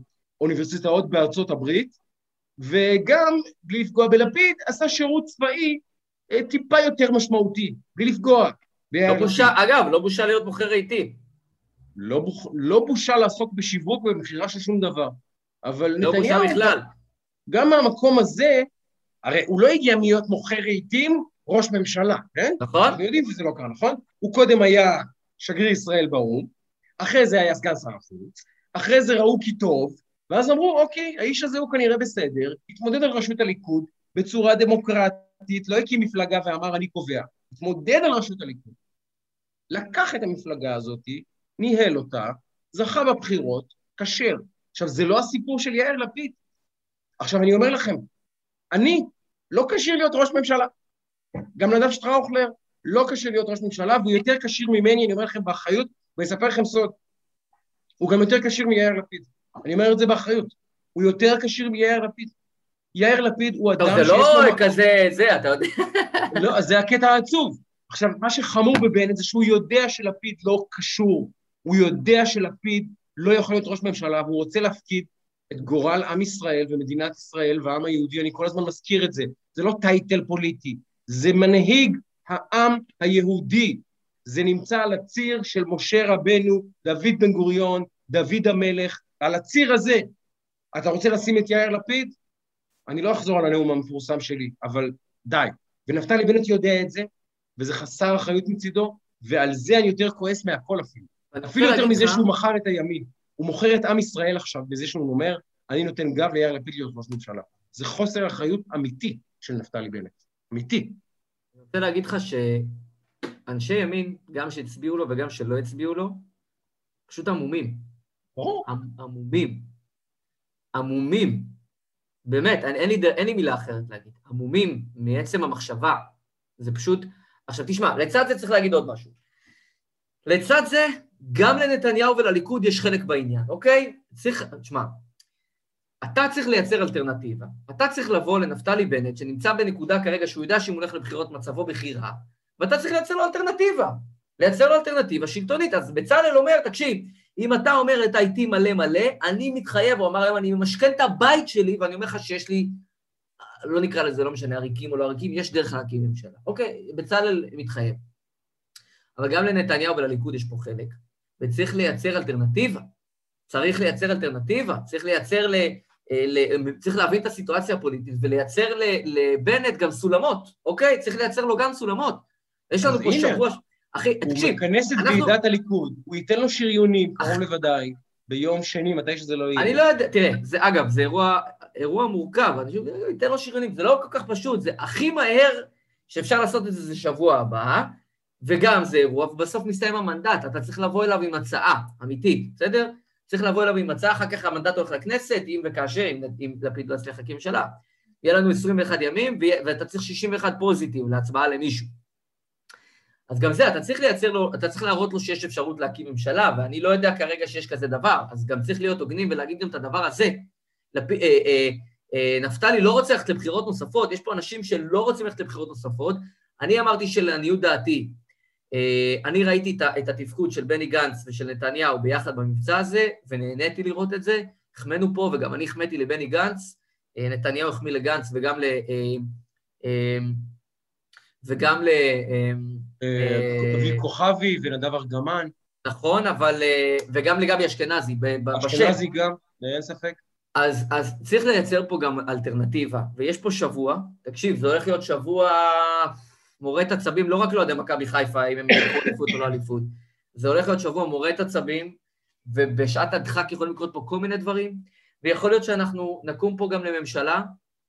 C: אוניברסיטאות בארצות הברית, וגם, בלי לפגוע בלפיד, עשה שירות צבאי טיפה יותר משמעותי, בלי לפגוע.
B: לא בושה, אגב, לא בושה להיות מוכר רהיטים.
C: לא בושה לעסוק בשיווק ובמחירה של שום דבר. אבל
B: לא בושה בכלל.
C: גם מהמקום הזה, הרי הוא לא הגיע להיות מוכר רהיטים, ראש ממשלה, כן?
B: נכון.
C: אנחנו יודעים שזה לא קרה, נכון? הוא קודם היה שגריר ישראל באו"ם, אחרי זה היה סגן שר החוץ, אחרי זה ראו כי טוב, ואז אמרו, אוקיי, האיש הזה הוא כנראה בסדר, התמודד על ראשות הליכוד בצורה דמוקרטית, לא הקים מפלגה ואמר אני קובע, התמודד על ראשות הליכוד. לקח את המפלגה הזאת, ניהל אותה, זכה בבחירות, כשר. עכשיו, זה לא הסיפור של יאיר לפיד. עכשיו, אני אומר לכם, אני לא כשיר להיות ראש ממשלה. גם נדב שטראוכלר לא כשיר להיות ראש ממשלה, והוא יותר כשיר ממני, אני אומר לכם באחריות, ואני אספר לכם סוד. הוא גם יותר כשיר מיאיר לפיד. אני אומר את זה באחריות. הוא יותר כשיר מיאיר לפיד. יאיר לפיד הוא אדם
B: שיש לו... טוב, זה לא כזה, זה, אתה יודע.
C: לא, אז זה הקטע העצוב. עכשיו, מה שחמור בבנט זה שהוא יודע שלפיד לא קשור. הוא יודע שלפיד לא יכול להיות ראש ממשלה, והוא רוצה להפקיד את גורל עם ישראל ומדינת ישראל והעם היהודי, אני כל הזמן מזכיר את זה. זה לא טייטל פוליטי, זה מנהיג העם היהודי. זה נמצא על הציר של משה רבנו, דוד בן גוריון, דוד המלך, על הציר הזה. אתה רוצה לשים את יאיר לפיד? אני לא אחזור על הנאום המפורסם שלי, אבל די. ונפתלי בנט יודע את זה, וזה חסר אחריות מצידו, ועל זה אני יותר כועס מהכל אפילו. אפילו יותר מזה שהוא מכר את הימין. הוא מוכר את עם ישראל עכשיו בזה שהוא אומר, אני נותן גב ליאיר לפיד להיות ראש ממשלה. זה חוסר אחריות אמיתי של נפתלי בנט. אמיתי.
B: אני רוצה להגיד לך שאנשי ימין, גם שהצביעו לו וגם שלא הצביעו לו, פשוט עמומים.
C: ברור.
B: עמומים. באמת, אין לי מילה אחרת להגיד. עמומים מעצם המחשבה. זה פשוט... עכשיו תשמע, לצד זה צריך להגיד עוד משהו. לצד זה, גם לנתניהו ולליכוד יש חלק בעניין, אוקיי? תשמע, אתה צריך לייצר אלטרנטיבה. אתה צריך לבוא לנפתלי בנט, שנמצא בנקודה כרגע שהוא יודע שאם הוא הולך לבחירות מצבו בחירה, ואתה צריך לייצר לו אלטרנטיבה. לייצר לו אלטרנטיבה שלטונית. אז בצלאל אומר, תקשיב, אם אתה אומר את ה-IT מלא מלא, אני מתחייב, הוא אמר, אני ממשכן את הבית שלי, ואני אומר לך שיש לי, לא נקרא לזה, לא משנה, עריקים או לא עריקים, יש דרך להקים ממשלה. אוקיי, בצלאל מתחייב. אבל גם לנתניהו ולליכוד יש פה חלק, וצריך לייצר אלטרנטיבה. צריך להבין את הסיטואציה הפוליטית, ולייצר לבנט גם סולמות, אוקיי? צריך לייצר לו גם סולמות. יש לנו פה שבוע... אחי, תקשיב.
C: הוא מכנס את ועידת הליכוד, הוא ייתן לו שריונים, קרוב לוודאי, ביום שני, מתי שזה לא יהיה.
B: אני לא יודע, תראה, אגב, זה אירוע מורכב, אני חושב, ייתן לו שריונים, זה לא כל כך פשוט, זה הכי מהר שאפשר לעשות את זה שבוע הבא, וגם זה אירוע, ובסוף מסתיים המנדט, אתה צריך לבוא אליו עם הצעה אמיתית, בסדר? צריך לבוא אליו עם הצעה, אחר כך המנדט הולך לכנסת, אם וכאשר, אם לפיד לא יצליח להקים ממשלה. יהיה לנו 21 ימים, ואתה צריך 61 פוזיטיב להצבעה למישהו. אז גם זה, אתה צריך להראות לו שיש אפשרות להקים ממשלה, ואני לא יודע כרגע שיש כזה דבר, אז גם צריך להיות הוגנים ולהגיד גם את הדבר הזה. נפתלי לא רוצה ללכת לבחירות נוספות, יש פה אנשים שלא רוצים ללכת לבחירות נוספות, אני אמרתי שלעניות דעתי, אני ראיתי את התפקוד של בני גנץ ושל נתניהו ביחד במבצע הזה, ונהניתי לראות את זה, החמאנו פה, וגם אני החמאתי לבני גנץ, נתניהו החמיא לגנץ וגם
C: דוד כוכבי ונדב ארגמן.
B: נכון, אבל... וגם לגבי אשכנזי.
C: אשכנזי גם, אין ספק.
B: אז צריך לייצר פה גם אלטרנטיבה, ויש פה שבוע, תקשיב, זה הולך להיות שבוע מורד עצבים, לא רק לאוהדי מכבי חיפה, אם הם יקחו אליפות או לא אליפות, זה הולך להיות שבוע מורד עצבים, ובשעת הדחק יכולים לקרות פה כל מיני דברים, ויכול להיות שאנחנו נקום פה גם לממשלה,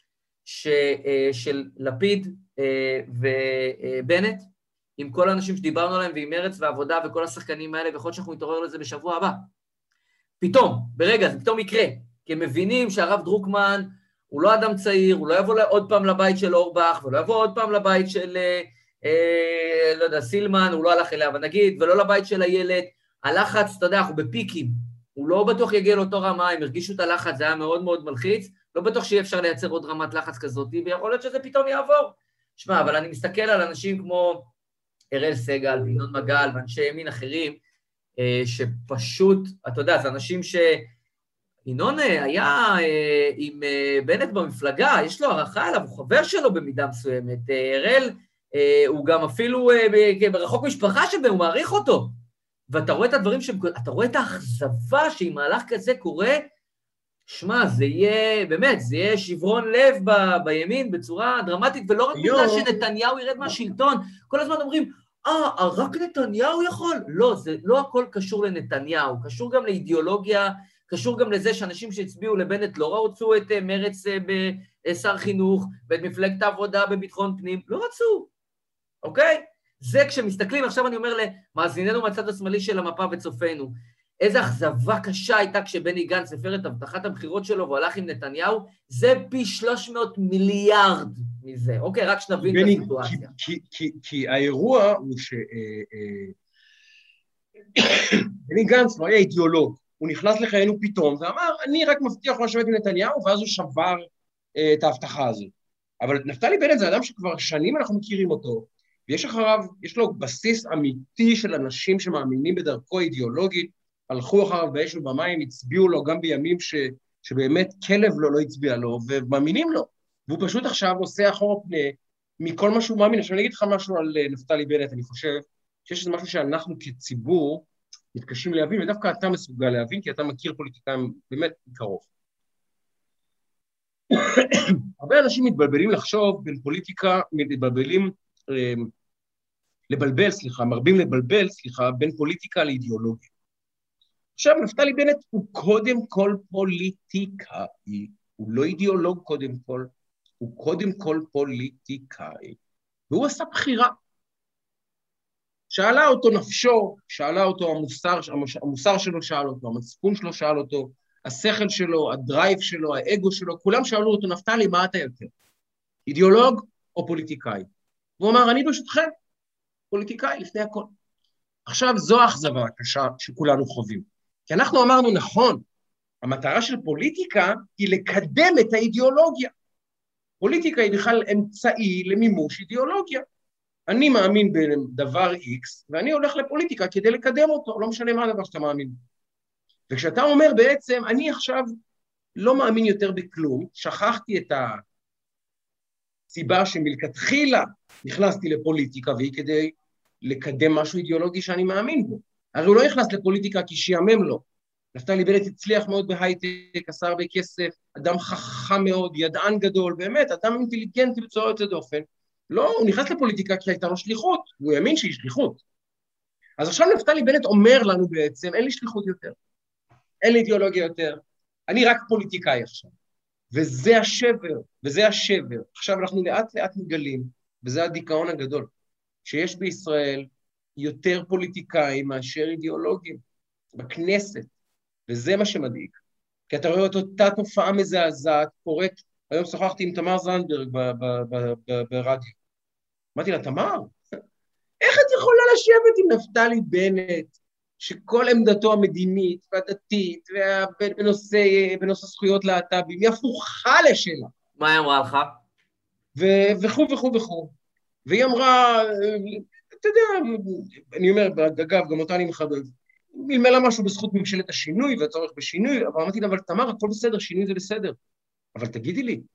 B: של לפיד ובנט, עם כל האנשים שדיברנו עליהם, ועם מרץ ועבודה וכל השחקנים האלה, ויכול להיות שאנחנו נתעורר לזה בשבוע הבא. פתאום, ברגע, זה פתאום יקרה, כי הם מבינים שהרב דרוקמן הוא לא אדם צעיר, הוא לא יבוא עוד פעם לבית של אורבך, ולא יבוא עוד פעם לבית של, לא יודע, סילמן, הוא לא הלך אליה, אבל נגיד, ולא לבית של הילד, הלחץ, אתה יודע, אנחנו בפיקים, הוא לא בטוח יגיע לאותו רמה, הם הרגישו את הלחץ, זה היה מאוד מאוד מלחיץ, לא בטוח שיהיה אפשר לייצר עוד רמת לחץ כזאת, ויכול להיות שזה פתאום יעבור. שמע, אבל אני מסתכל על אנשים כמו אראל סגל, וינון מגל, ואנשי ימין אחרים, שפשוט, אתה יודע, זה אנשים ינון היה עם בנט במפלגה, יש לו הערכה עליו, הוא חבר שלו במידה מסוימת, הראל, הוא גם אפילו ברחוק משפחה שבו, הוא מעריך אותו. ואתה רואה את הדברים אתה רואה את האכזבה שאם מהלך כזה קורה, שמע, זה יהיה, באמת, זה יהיה שברון לב בימין בצורה דרמטית, ולא רק בגלל שנתניהו ירד מהשלטון, כל הזמן אומרים, רק נתניהו יכול? לא, זה לא הכל קשור לנתניהו, קשור גם לאידיאולוגיה, קשור גם לזה שאנשים שהצביעו לבנט לא רצו את מרץ בשר חינוך, ואת מפלגת העבודה בביטחון פנים, לא רצו, אוקיי? זה כשמסתכלים, עכשיו אני אומר למאזיננו מהצד השמאלי של המפה וצופינו, איזו אכזבה קשה הייתה כשבני גנץ הפר את הבטחת הבחירות שלו והוא הלך עם נתניהו, זה פי 300 מיליארד מזה. אוקיי, רק שנבין את הסיטואציה.
C: כי האירוע הוא בני גנץ לא היה אידיאולוג, הוא נכנס לחיינו פתאום ואמר, אני רק מבטיח לא לשבת עם נתניהו, ואז הוא שבר את ההבטחה הזו. אבל נפתלי בנט זה אדם שכבר שנים אנחנו מכירים אותו, ויש אחריו, יש לו בסיס אמיתי של אנשים שמאמינים בדרכו אידיאולוגית, הלכו אחריו באש ובמים, הצביעו לו גם בימים שבאמת כלב לא הצביע לו, ומאמינים לו. והוא פשוט עכשיו עושה אחורה פנה מכל מה שהוא מאמין. עכשיו אני אגיד לך משהו על נפתלי בנט, אני חושב שיש איזה משהו שאנחנו כציבור מתקשים להבין, ודווקא אתה מסוגל להבין, כי אתה מכיר פוליטיקאים באמת מקרוב. הרבה אנשים מתבלבלים לחשוב בין פוליטיקה, מרבים לבלבל, בין פוליטיקה לאידיאולוגיה. עכשיו, נפתלי בנט הוא קודם כל פוליטיקאי, הוא לא אידיאולוג קודם כל, הוא קודם כל פוליטיקאי, והוא עשה בחירה. שאלה אותו נפשו, שאלה אותו המוסר שלו שאל אותו, המצפון שלו שאל אותו, השכל שלו, הדרייב שלו, האגו שלו, כולם שאלו אותו, נפתלי, מה אתה יותר? אידיאולוג או פוליטיקאי? והוא אמר, אני ברשותכם, פוליטיקאי לפני הכל. עכשיו, זו האכזבה הקשה שכולנו חווים. כי אנחנו אמרנו, נכון, המטרה של פוליטיקה היא לקדם את האידיאולוגיה. פוליטיקה היא בכלל אמצעי למימוש אידיאולוגיה. אני מאמין בדבר X, ואני הולך לפוליטיקה כדי לקדם אותו, לא משנה מה הדבר שאתה מאמין. וכשאתה אומר בעצם, אני עכשיו לא מאמין יותר בכלום, שכחתי את הסיבה שמלכתחילה נכנסתי לפוליטיקה, והיא כדי לקדם משהו אידיאולוגי שאני מאמין בו. הרי הוא לא נכנס לפוליטיקה כי שיאמם לו. נפתלי בנט הצליח מאוד בהייטק, עשה הרבה כסף, אדם חכם מאוד, ידען גדול, באמת, אדם אינטליגנטי בצורה יוצאת דופן. לא, הוא נכנס לפוליטיקה כי הייתה לו שליחות, הוא האמין שהיא שליחות. אז עכשיו נפתלי בנט אומר לנו בעצם, אין לי שליחות יותר, אין לי אידיאולוגיה יותר, אני רק פוליטיקאי עכשיו. וזה השבר, וזה השבר. עכשיו אנחנו לאט לאט מגלים, וזה הדיכאון הגדול, שיש בישראל יותר פוליטיקאים מאשר אידיאולוגים, בכנסת, וזה מה שמדאיג. כי אתה רואה את אותה תופעה מזעזעת, קורית, היום שוחחתי עם תמר זנדברג ברדיו. אמרתי לה, תמר, איך את יכולה לשבת עם נפתלי בנט, שכל עמדתו המדינית והדתית, בנושא זכויות להט"בים, היא הפוכה לשלה.
B: מה היא אמרה לך?
C: וכו' וכו' וכו'. והיא אמרה, אתה יודע, אני אומר, אגב, גם אותה אני מחבב, מלמלה משהו בזכות ממשלת השינוי והצורך בשינוי, אבל אמרתי לה, אבל תמר, הכל בסדר, שינוי זה בסדר. אבל תגידי לי,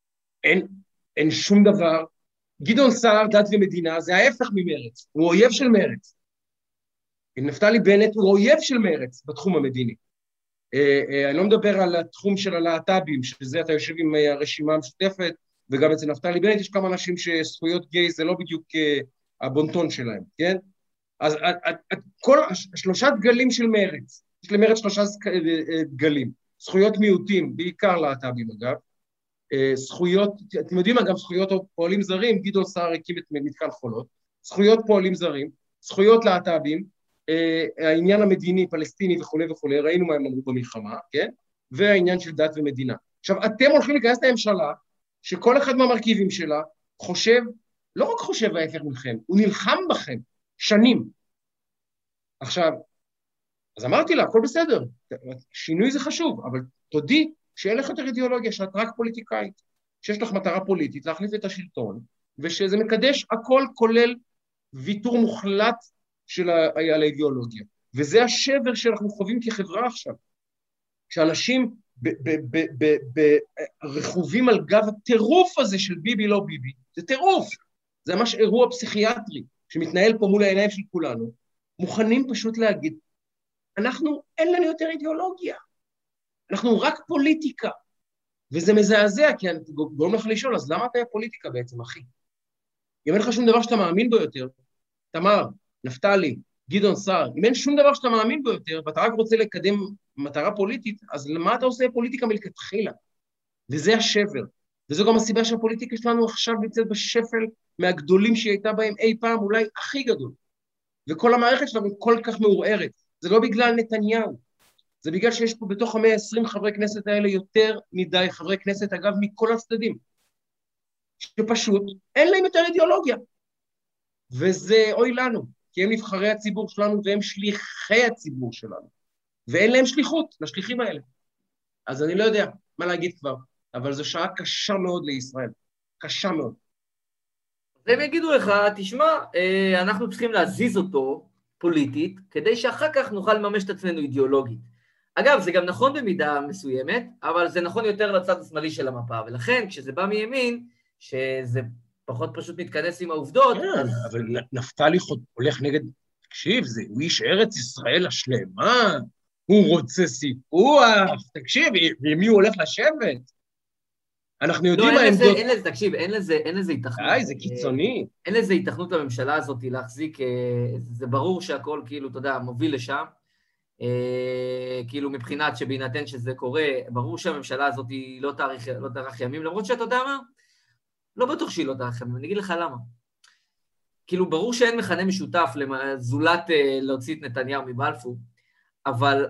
C: אין שום דבר, גדעון סער, דת ומדינה, זה ההפך ממרץ, הוא אויב של מרץ. נפתלי בנט הוא אויב של מרץ בתחום המדיני. אני לא מדבר על התחום של הלהט"בים, שזה אתה יושב עם הרשימה המשותפת, וגם אצל נפתלי בנט יש כמה אנשים שזכויות גיי זה לא בדיוק הבונטון שלהם, כן? אז כל שלושה דגלים של מרץ, יש למרץ שלושה דגלים, זכויות מיעוטים, בעיקר להט"בים אגב, זכויות, אתם יודעים מה, גם זכויות פועלים זרים, גדעון סער הקים את מתקן חולות, זכויות פועלים זרים, זכויות להט"בים, העניין המדיני, פלסטיני וכו' וכו', ראינו מה הם אמרו במלחמה, כן? והעניין של דת ומדינה. עכשיו, אתם הולכים להיכנס לממשלה, שכל אחד מהמרכיבים שלה חושב, לא רק חושב ההפך מכם, הוא נלחם בכם שנים. עכשיו, אז אמרתי לה, הכל בסדר, שינוי זה חשוב, אבל תודי שאין לך יותר אידיאולוגיה, שאת רק פוליטיקאית, שיש לך מטרה פוליטית, להחליף את השלטון, ושזה מקדש הכל כולל ויתור מוחלט על האידיאולוגיה. וזה השבר שאנחנו חווים כחברה עכשיו. שאנשים רכובים על גב הטירוף הזה של ביבי לא ביבי, זה טירוף, זה ממש אירוע פסיכיאטרי שמתנהל פה מול העיניים של כולנו, מוכנים פשוט להגיד, אנחנו אין לנו יותר אידיאולוגיה, אנחנו רק פוליטיקה, וזה מזעזע, כי אני גורם לך לשאול, אז למה אתה פוליטיקה בעצם, אחי? אם אין לך שום דבר שאתה מאמין בו יותר, תמר, נפתלי, גדעון סער, אם אין שום דבר שאתה מאמין בו יותר, ואתה רק רוצה לקדם מטרה פוליטית, אז למה אתה עושה פוליטיקה מלכתחילה? וזה השבר. וזו גם הסיבה שהפוליטיקה שלנו עכשיו נמצאת בשפל מהגדולים שהיא הייתה בהם אי פעם, אולי הכי גדול. וכל המערכת שלנו כל כך מעורערת. זה לא בגלל נתניהו. זה בגלל שיש פה בתוך 120 חברי כנסת האלה יותר מדי חברי כנסת, אגב, מכל הצדדים. שפשוט אין להם יותר אידיאולוגיה. וזה אוי לנו, כי הם נבחרי הציבור שלנו והם שליחי הציבור שלנו. ואין להם שליחות לשליחים האלה. אז אני לא יודע מה להגיד כבר, אבל זו שעה קשה מאוד לישראל. קשה מאוד.
B: אז הם יגידו לך, תשמע, אנחנו צריכים להזיז אותו פוליטית, כדי שאחר כך נוכל לממש את עצמנו אידיאולוגית. אגב, זה גם נכון במידה מסוימת, אבל זה נכון יותר לצד השמאלי של המפה, ולכן כשזה בא מימין, שזה פחות פשוט מתכנס עם העובדות.
C: כן, אבל נפתלי הולך נגד, תקשיב, הוא איש ארץ ישראל השלמה, הוא רוצה סיפוח, תקשיב, ומי הוא הולך לשבת? אנחנו יודעים מה העמדות...
B: תקשיב, אין לזה היתכנות.
C: זה קיצוני.
B: אין לזה היתכנות לממשלה הזאת להחזיק, זה ברור שהכל כאילו, אתה יודע, מוביל לשם, כאילו מבחינת שבהינתן שזה קורה, ברור שהממשלה הזאת לא תארך ימים, למרות שאתה יודע מה? לא בטוח שהיא לא תארך ימים, אני אגיד לך למה. כאילו ברור שאין מכנה משותף לזולת להוציא את נתניהו מבלפור, אבל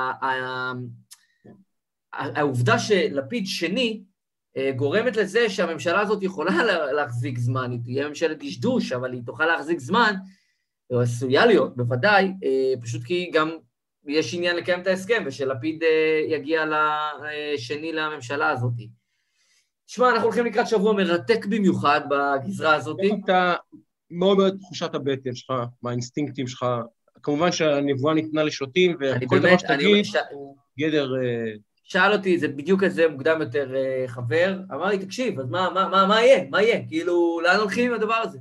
B: העובדה שלפיד שני גורמת לזה שהממשלה הזאת יכולה להחזיק זמן, היא תהיה ממשלת דשדוש, אבל היא תוכל להחזיק זמן, או עשויה להיות, בוודאי, פשוט כי גם יש עניין לקיים את ההסכם, ושלפיד יגיע לשני לממשלה הזאת. תשמע, אנחנו הולכים לקראת שבוע מרתק במיוחד בגזרה הזאת.
C: איך אתה מאוד מאוד תחושת הבטן שלך, מהאינסטינקטים שלך, כמובן שהנבואה ניתנה לשוטים, וכל דבר שתגיד, גדר...
B: שאל אותי, זה בדיוק כזה מוקדם יותר חבר, אמר לי, תקשיב, אז מה יהיה? מה יהיה? כאילו, לאן הולכים עם הדבר הזה?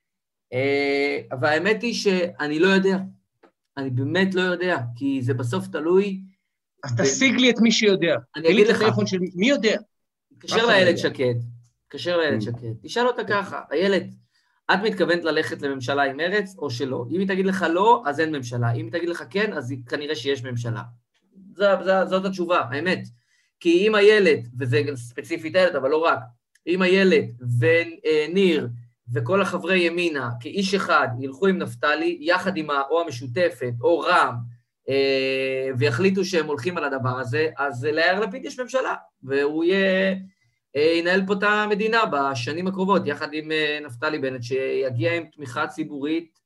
B: אבל האמת היא שאני לא יודע. אני באמת לא יודע, כי זה בסוף תלוי...
C: אז תשיג לי את מי שיודע.
B: אני אגיד לך.
C: מי יודע?
B: תקשר לילד שקד. תשאל אותה ככה, הילד, את מתכוונת ללכת לממשלה עם מרץ או שלא? אם היא תגיד לך לא, אז אין ממשלה. אם היא תגיד לך כן, אז כנראה שיש ממשלה. זאת התשובה, האמת. כי אם הילד, וזה ספציפית הילד, אבל לא רק, אם הילד וניר וכל החברי ימינה כאיש אחד ילכו עם נפתלי, יחד עם או המשותפת או רם, ויחליטו שהם הולכים על הדבר הזה, אז ליאיר לפיד יש ממשלה, והוא ינהל פה את המדינה בשנים הקרובות, יחד עם נפתלי בנט, שיגיע עם תמיכה ציבורית,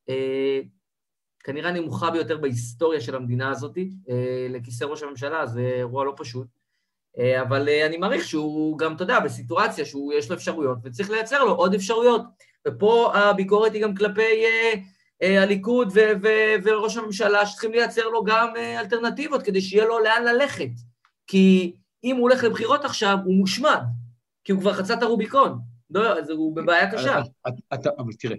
B: כנראה נמוכה ביותר בהיסטוריה של המדינה הזאת, לכיסא ראש הממשלה, זה אירוע לא פשוט, אבל אני מעריך שהוא גם, אתה יודע, בסיטואציה שיש לו אפשרויות, וצריך לייצר לו עוד אפשרויות, ופה הביקורת היא גם כלפי הליכוד וראש הממשלה, שצריכים לייצר לו גם אלטרנטיבות, כדי שיהיה לו לאן ללכת, כי אם הוא הולך לבחירות עכשיו, הוא מושמד, כי הוא כבר חצה את הרוביקון, אז הוא בבעיה קשה.
C: אבל תראה,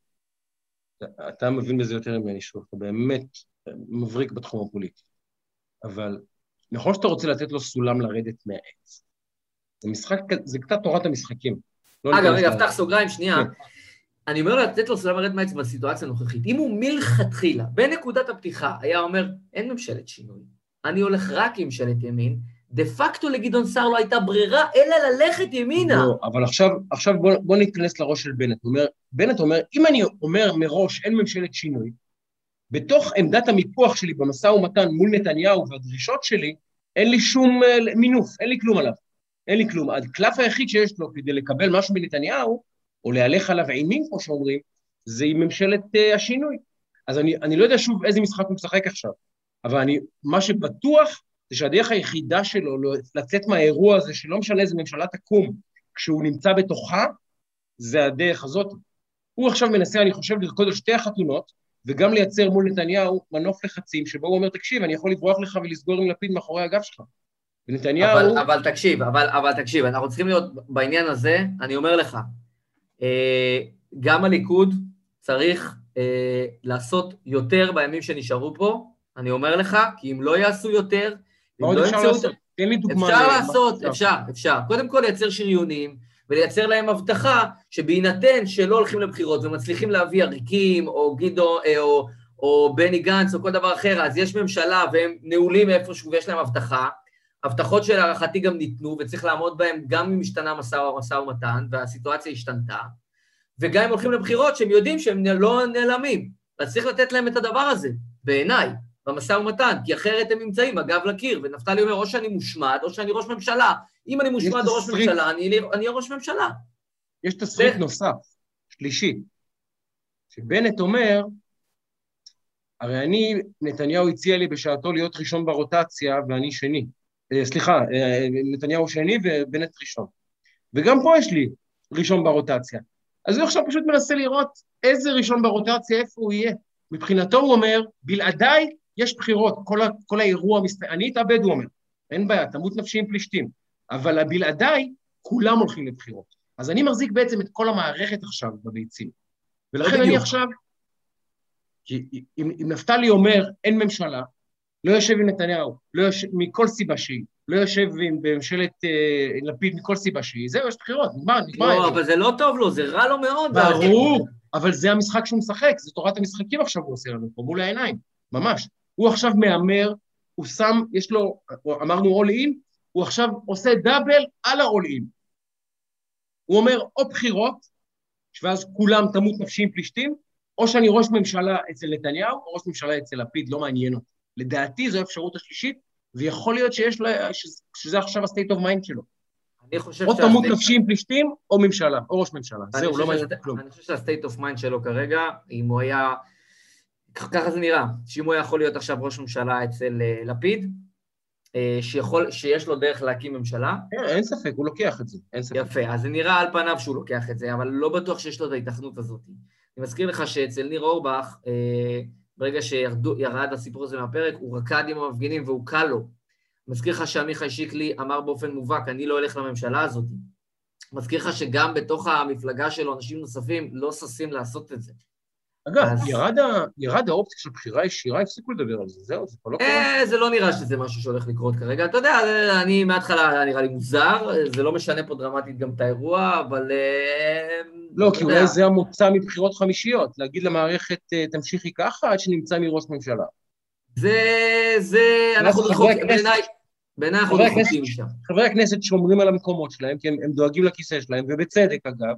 C: אתה מבין בזה יותר ממני שוב, אתה באמת מבריק בתחום הפוליטי, אבל נכון שאתה רוצה לתת לו סולם לרדת מהעץ, זה משחק, זה קצת תורת המשחקים.
B: אגב, רגע, פתח סוגריים, שנייה, אני אומר לו לתת לו סולם לרדת מהעץ בסיטואציה הנוכחית, אם הוא מלכתחילה, בנקודת הפתיחה, היה אומר, אין ממשלת שינוי, אני הולך רק עם ממשלת ימין, דה פקטו לגדעון סער לא הייתה ברירה, אלא ללכת ימינה.
C: לא, אבל עכשיו בוא נתכנס לראש של בנט. בנט אומר, אם אני אומר מראש אין ממשלת שינוי, בתוך עמדת המיקוח שלי במשא ומתן מול נתניהו והדרישות שלי, אין לי שום מינוף, אין לי כלום עליו. אין לי כלום. הקלף היחיד שיש לו כדי לקבל משהו מנתניהו, או להלך עליו עימים, כמו שאומרים, זה עם ממשלת השינוי. אז אני לא יודע שוב איזה משחק הוא משחק עכשיו, אבל מה שבטוח, זה שהדרך היחידה שלו לצאת מהאירוע הזה, שלא משנה איזה ממשלה תקום, כשהוא נמצא בתוכה, זה הדרך הזאת. הוא עכשיו מנסה, אני חושב, לרקוד על שתי החתונות, וגם לייצר מול נתניהו מנוף לחצים, שבו הוא אומר, תקשיב, אני יכול לברוח לך ולסגור עם לפיד מאחורי הגב שלך. ונתניהו...
B: אבל תקשיב, אנחנו צריכים להיות בעניין הזה, אני אומר לך, גם הליכוד צריך לעשות יותר בימים שנשארו פה, אני אומר לך, כי אם לא יעשו יותר,
C: מה עוד אפשר לעשות? תן לי דוגמה.
B: אפשר לעשות, אפשר. קודם כל לייצר שריונים, ולייצר להם הבטחה שבהינתן שלא הולכים לבחירות ומצליחים להביא עריקים, או גידו, או בני גנץ, או כל דבר אחר, אז יש ממשלה והם נעולים איפשהו ויש להם הבטחה, הבטחות של הערכתי גם ניתנו, וצריך לעמוד בהם גם אם השתנה משא ומתן, והסיטואציה השתנתה, וגם אם הולכים לבחירות שהם יודעים שהם לא נעלמים, אז צריך לתת להם את הדבר הזה, בעיניי, במשא ומתן, כי אחרת הם נמצאים אגב לקיר, ונפתלי אומר, או שאני מושמד, או שאני ראש ממשלה. אם אני מושמד או ראש ממשלה, אני אהיה ראש ממשלה.
C: יש תסריט נוסף, שלישי, שבנט אומר, הרי נתניהו הציע לי בשעתו להיות ראשון ברוטציה, ואני שני. סליחה, נתניהו שני ובנט ראשון. וגם פה יש לי ראשון ברוטציה. אז הוא עכשיו פשוט מנסה לראות איזה ראשון ברוטציה, איפה הוא יהיה. מבחינתו הוא אומר, בלעדיי יש בחירות, כל האירוע אני אתאבד, הוא אומר, אין בעיה, תמות נפשי עם פלישתים, אבל בלעדיי כולם הולכים לבחירות. אז אני מחזיק בעצם את כל המערכת עכשיו בביצים. ולכן אני עכשיו, כי אם נפתלי אומר, אין ממשלה, לא יושב עם נתניהו, לא יושב, מכל סיבה שהיא, לא יושב עם בממשלת לפיד מכל סיבה שהיא, זהו, יש בחירות, נגמר.
B: לא, אבל זה לא טוב לו, זה רע לו מאוד.
C: ברור, אבל זה המשחק שהוא משחק, זה תורת המשחקים עכשיו הוא עושה לנו פה, מול העיניים, ממש. הוא עכשיו מאמר, הוא שם, יש לו, אמרנו all in, הוא עכשיו עושה דאבל על ה-all in. הוא אומר, או בחירות, ואז כולם תמות נפשיים פלישתים, או שאני ראש ממשלה אצל נתניהו, או ראש ממשלה אצל לפיד, לא מעניין אותי. לדעתי זו האפשרות השלישית, ויכול להיות שזה עכשיו ה-state of mind שלו. או תמות נפשיים פלישתים, או ממשלה, או ראש ממשלה. זהו, לא מעניין כלום.
B: אני חושב שה-state of mind שלו כרגע, אם הוא היה, ככה זה נראה, שאם הוא יכול להיות עכשיו ראש ממשלה אצל לפיד, שיש לו דרך להקים ממשלה.
C: אין ספק, הוא לוקח את זה.
B: יפה, אז זה נראה על פניו שהוא לוקח את זה, אבל לא בטוח שיש לו את ההתכנות הזאת. אני מזכיר לך שאצל ניר אורבך, ברגע שירד הסיפור הזה מהפרק, הוא רקד עם המפגינים והוא קל לו. מזכיר לך שעמיחי שיקלי אמר באופן מובהק, אני לא הולך לממשלה הזאת. מזכיר לך שגם בתוך המפלגה שלו אנשים נוספים לא ששים לעשות את זה.
C: אגב, ירד האופציה של בחירה ישירה, הפסיקו לדבר על זה, זהו, זה כבר לא קורה.
B: זה לא נראה שזה משהו שהולך לקרות כרגע. אתה יודע, אני מההתחלה נראה לי מוזר, זה לא משנה פה דרמטית גם את האירוע, אבל...
C: לא, כי אולי זה המוצא מבחירות חמישיות, להגיד למערכת, תמשיכי ככה עד שנמצא מראש ממשלה.
B: אנחנו רחוקים, בעיניי אנחנו רחוקים משם.
C: חברי הכנסת שומרים על המקומות שלהם, כי הם דואגים לכיסא שלהם, ובצדק אגב,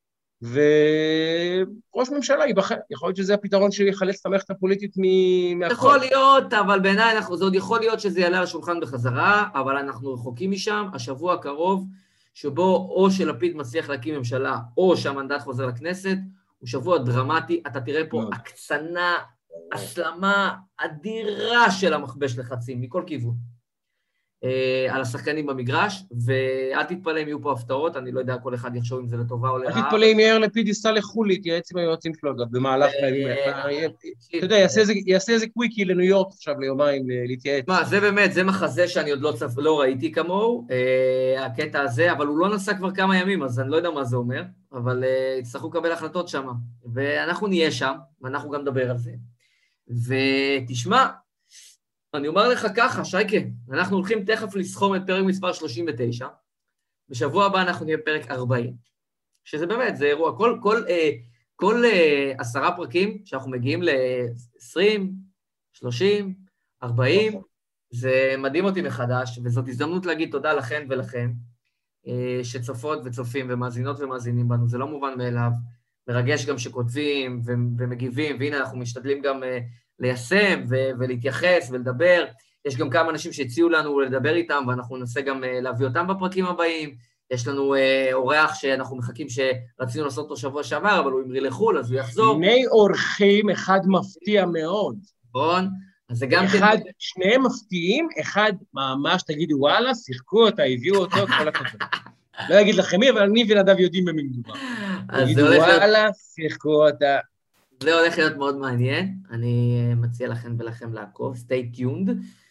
C: וראש ממשלה ייבחר, יכול להיות שזה הפתרון שיחלץ את המערכת הפוליטית מהכל.
B: יכול להיות, אבל בעיניי זה עוד יכול להיות שזה יעלה על השולחן בחזרה, אבל אנחנו רחוקים משם, השבוע הקרוב, שבו או שלפיד מצליח להקים ממשלה, או שהמנדט חוזר לכנסת, הוא שבוע דרמטי, אתה תראה פה הקצנה, הסלמה אדירה של המכבש לחצים, מכל כיוון. על השחקנים במגרש, ואל תתפלא אם יהיו פה הפתעות, אני לא יודע, כל אחד יחשוב אם זה לטובה או לרעה.
C: אל תתפלא אם יאיר לפיד ייסע לחו"ל להתייעץ עם היועצים שלו, אגב, במהלך אתה יודע, יעשה איזה קוויקי לניו יורק עכשיו ליומיים להתייעץ.
B: מה, זה באמת, זה מחזה שאני עוד לא ראיתי כמוהו, הקטע הזה, אבל הוא לא נסע כבר כמה ימים, אז אני לא יודע מה זה אומר, אבל יצטרכו לקבל החלטות שם, ואנחנו נהיה שם, ואנחנו גם נדבר על זה. ותשמע, אני אומר לך ככה, שייקה, אנחנו הולכים תכף לסכום את פרק מספר 39, בשבוע הבא אנחנו נהיה פרק 40, שזה באמת, זה אירוע, כל 10 פרקים שאנחנו מגיעים ל-20, 30, 40, זה מדהים אותי מחדש, וזאת הזדמנות להגיד תודה לכן ולכם, שצופות וצופים ומאזינות ומאזינים בנו, זה לא מובן מאליו, מרגש גם שכותבים ומגיבים, והנה אנחנו משתדלים גם ליישם ולהתייחס ולדבר. יש גם כמה אנשים שהציעו לנו לדבר איתם, ואנחנו ננסה גם להביא אותם בפרקים הבאים. יש לנו אורח שאנחנו מחכים שרצינו לעשות אותו שבוע שעבר, אבל הוא המריא לחו"ל, אז הוא יחזור.
C: שני אורחים, אחד מפתיע מאוד.
B: נכון? אז זה גם
C: אחד, שניהם מפתיעים, אחד ממש תגידו, וואלה, שיחקו אותה, הביאו אותו, כל הכבוד. לא אגיד לכם מי, אבל אני ונדב יודעים במי מדובר. תגידו, וואלה, שיחקו אותה.
B: זה הולך להיות מאוד מעניין, אני מציע לכם ולכם לעקוב, stay tuned.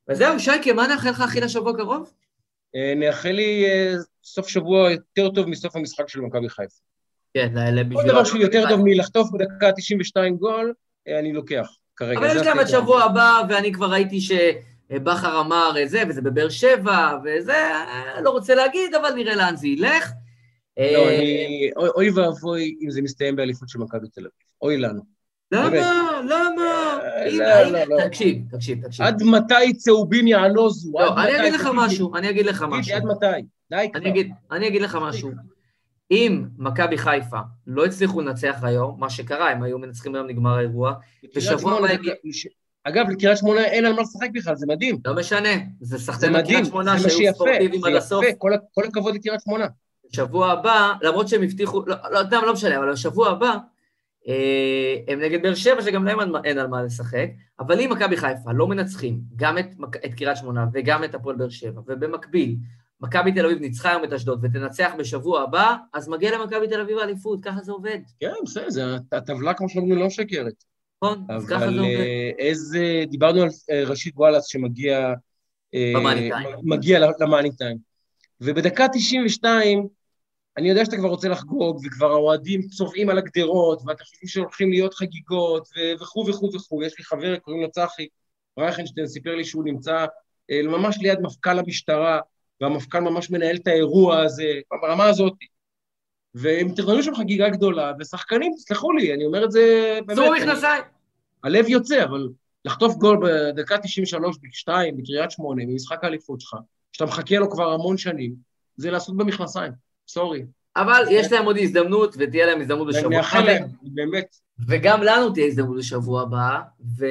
B: וזהו, שייקה, מה נאחל לך הכי לשבוע קרוב?
C: נאחל לי סוף שבוע יותר טוב מסוף המשחק של מכבי חיפה.
B: כן,
C: כל דבר שהוא יותר טוב מלחטוף בדקה 92 גול, אני לוקח כרגע.
B: אבל יש להם את שבוע הבא, ואני כבר ראיתי שבחר אמר זה, וזה בבאר שבע, וזה, לא רוצה להגיד, אבל נראה לאן זה ילך.
C: לא, אוי ואבוי אם זה מסתיים באליפות של מכבי תל אביב. אוי לנו.
B: למה?
C: לא.
B: תקשיב.
C: עד מתי צהובים יענוזו?
B: לא, אני אגיד לך משהו.
C: עד מתי? די כבר.
B: אני אגיד לך משהו. אם מכבי חיפה לא הצליחו לנצח היום, מה שקרה, הם היו מנצחים היום, נגמר האירוע, בשבוע הבא...
C: אגב, לקריית שמונה אין על מה לשחק בכלל, זה מדהים.
B: לא משנה, זה שחקנים לקריית שמונה שהיו ספורטיביים עד הסוף.
C: זה יפה, כל הכבוד לקריית שמונה.
B: בשבוע הבא, למרות שהם הבטיחו, לא משנה, אבל בשבוע הבא, הם נגד באר שבע, שגם להם אין על מה לשחק, אבל אם מכבי חיפה לא מנצחים גם את קריית שמונה וגם את הפועל באר שבע, ובמקביל, מכבי תל אביב ניצחה היום את אשדוד ותנצח בשבוע הבא, אז מגיע למכבי תל אביב האליפות, ככה זה עובד.
C: כן, בסדר, הטבלה כמו שאומרים לא שקרת.
B: נכון, אז ככה זה עובד.
C: אבל דיברנו על רשיד וואלאס שמגיע למאני טיים. ובדקה 92, אני יודע שאתה כבר רוצה לחגוג, וכבר האוהדים צובעים על הגדרות, ואתה חושבים שהולכים להיות חגיגות, וכו'. יש לי חבר, קוראים לו צחי, רייכנשטיין, סיפר לי שהוא נמצא ממש ליד מפכ"ל המשטרה, והמפכ"ל ממש מנהל את האירוע הזה, ברמה הזאת. והם תכננו שם חגיגה גדולה, ושחקנים, תסלחו לי, אני אומר את זה באמת.
B: צאו מכנסיים.
C: הלב יוצא, אבל לחטוף גול בדקה 93, ב-2, בקריית 8, במשחק האליפות שלך, שאתה מחכה לו כבר המון שנים, זה לעשות במכנסיים, סורי.
B: אבל יש להם עוד הזדמנות, ותהיה להם הזדמנות בשבוע.
C: אני מאחל להם, באמת.
B: וגם לנו תהיה הזדמנות בשבוע הבא,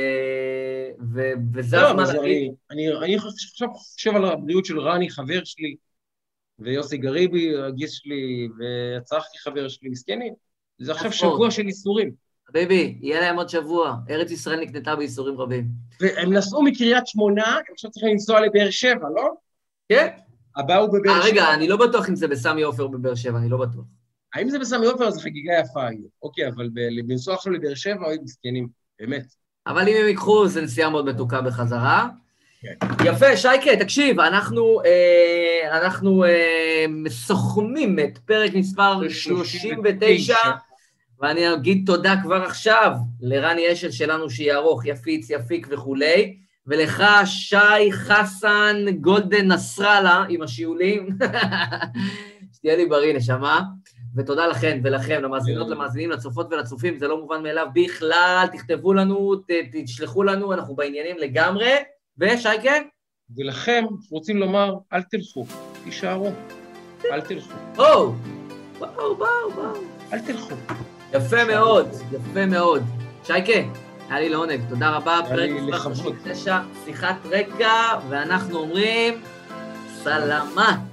B: וזה הזמן להגיד.
C: אני חושב על הבריאות של רני, חבר שלי, ויוסי גריבי, הגיס שלי, והצחקי חבר שלי, מסכנים. זה עכשיו שבוע של איסורים.
B: ביבי, יהיה להם עוד שבוע. ארץ ישראל נקנתה באיסורים רבים.
C: והם נסעו מקריית שמונה, הם עכשיו צריכים לנסוע לבאר שבע, לא?
B: כן.
C: הבא הוא בבאר שבע.
B: רגע, אני לא בטוח אם זה בסמי עופר בבאר שבע, אני לא בטוח.
C: האם זה בסמי עופר, אז חגיגה יפה היום. אוקיי, אבל לנסוע עכשיו לבאר שבע, היו מסכנים, באמת.
B: אבל אם הם ייקחו, זה נסיעה מאוד מתוקה בחזרה. יפה, שייקה, תקשיב, אנחנו מסוכמים את פרק מספר 39, ואני אגיד תודה כבר עכשיו לרני אשל שלנו שיערוך, יפיץ, יפיק וכולי, ולך שי חסן גולדן נסראללה עם השיעולים, שתהיה לי בריא נשמה, ותודה לכם ולכם, למאזינות, למאזינים, לצופות ולצופים, זה לא מובן מאליו בכלל, תכתבו לנו, תשלחו לנו, אנחנו בעניינים לגמרי, ושייקה?
C: ולכם רוצים לומר, אל תלכו, תישארו, אל תלכו.
B: באו.
C: אל תלכו.
B: יפה מאוד. שייקה, היה לי לעונג, תודה רבה, פרק מספר 39, שיחת רקע, ואנחנו אומרים, סלמת.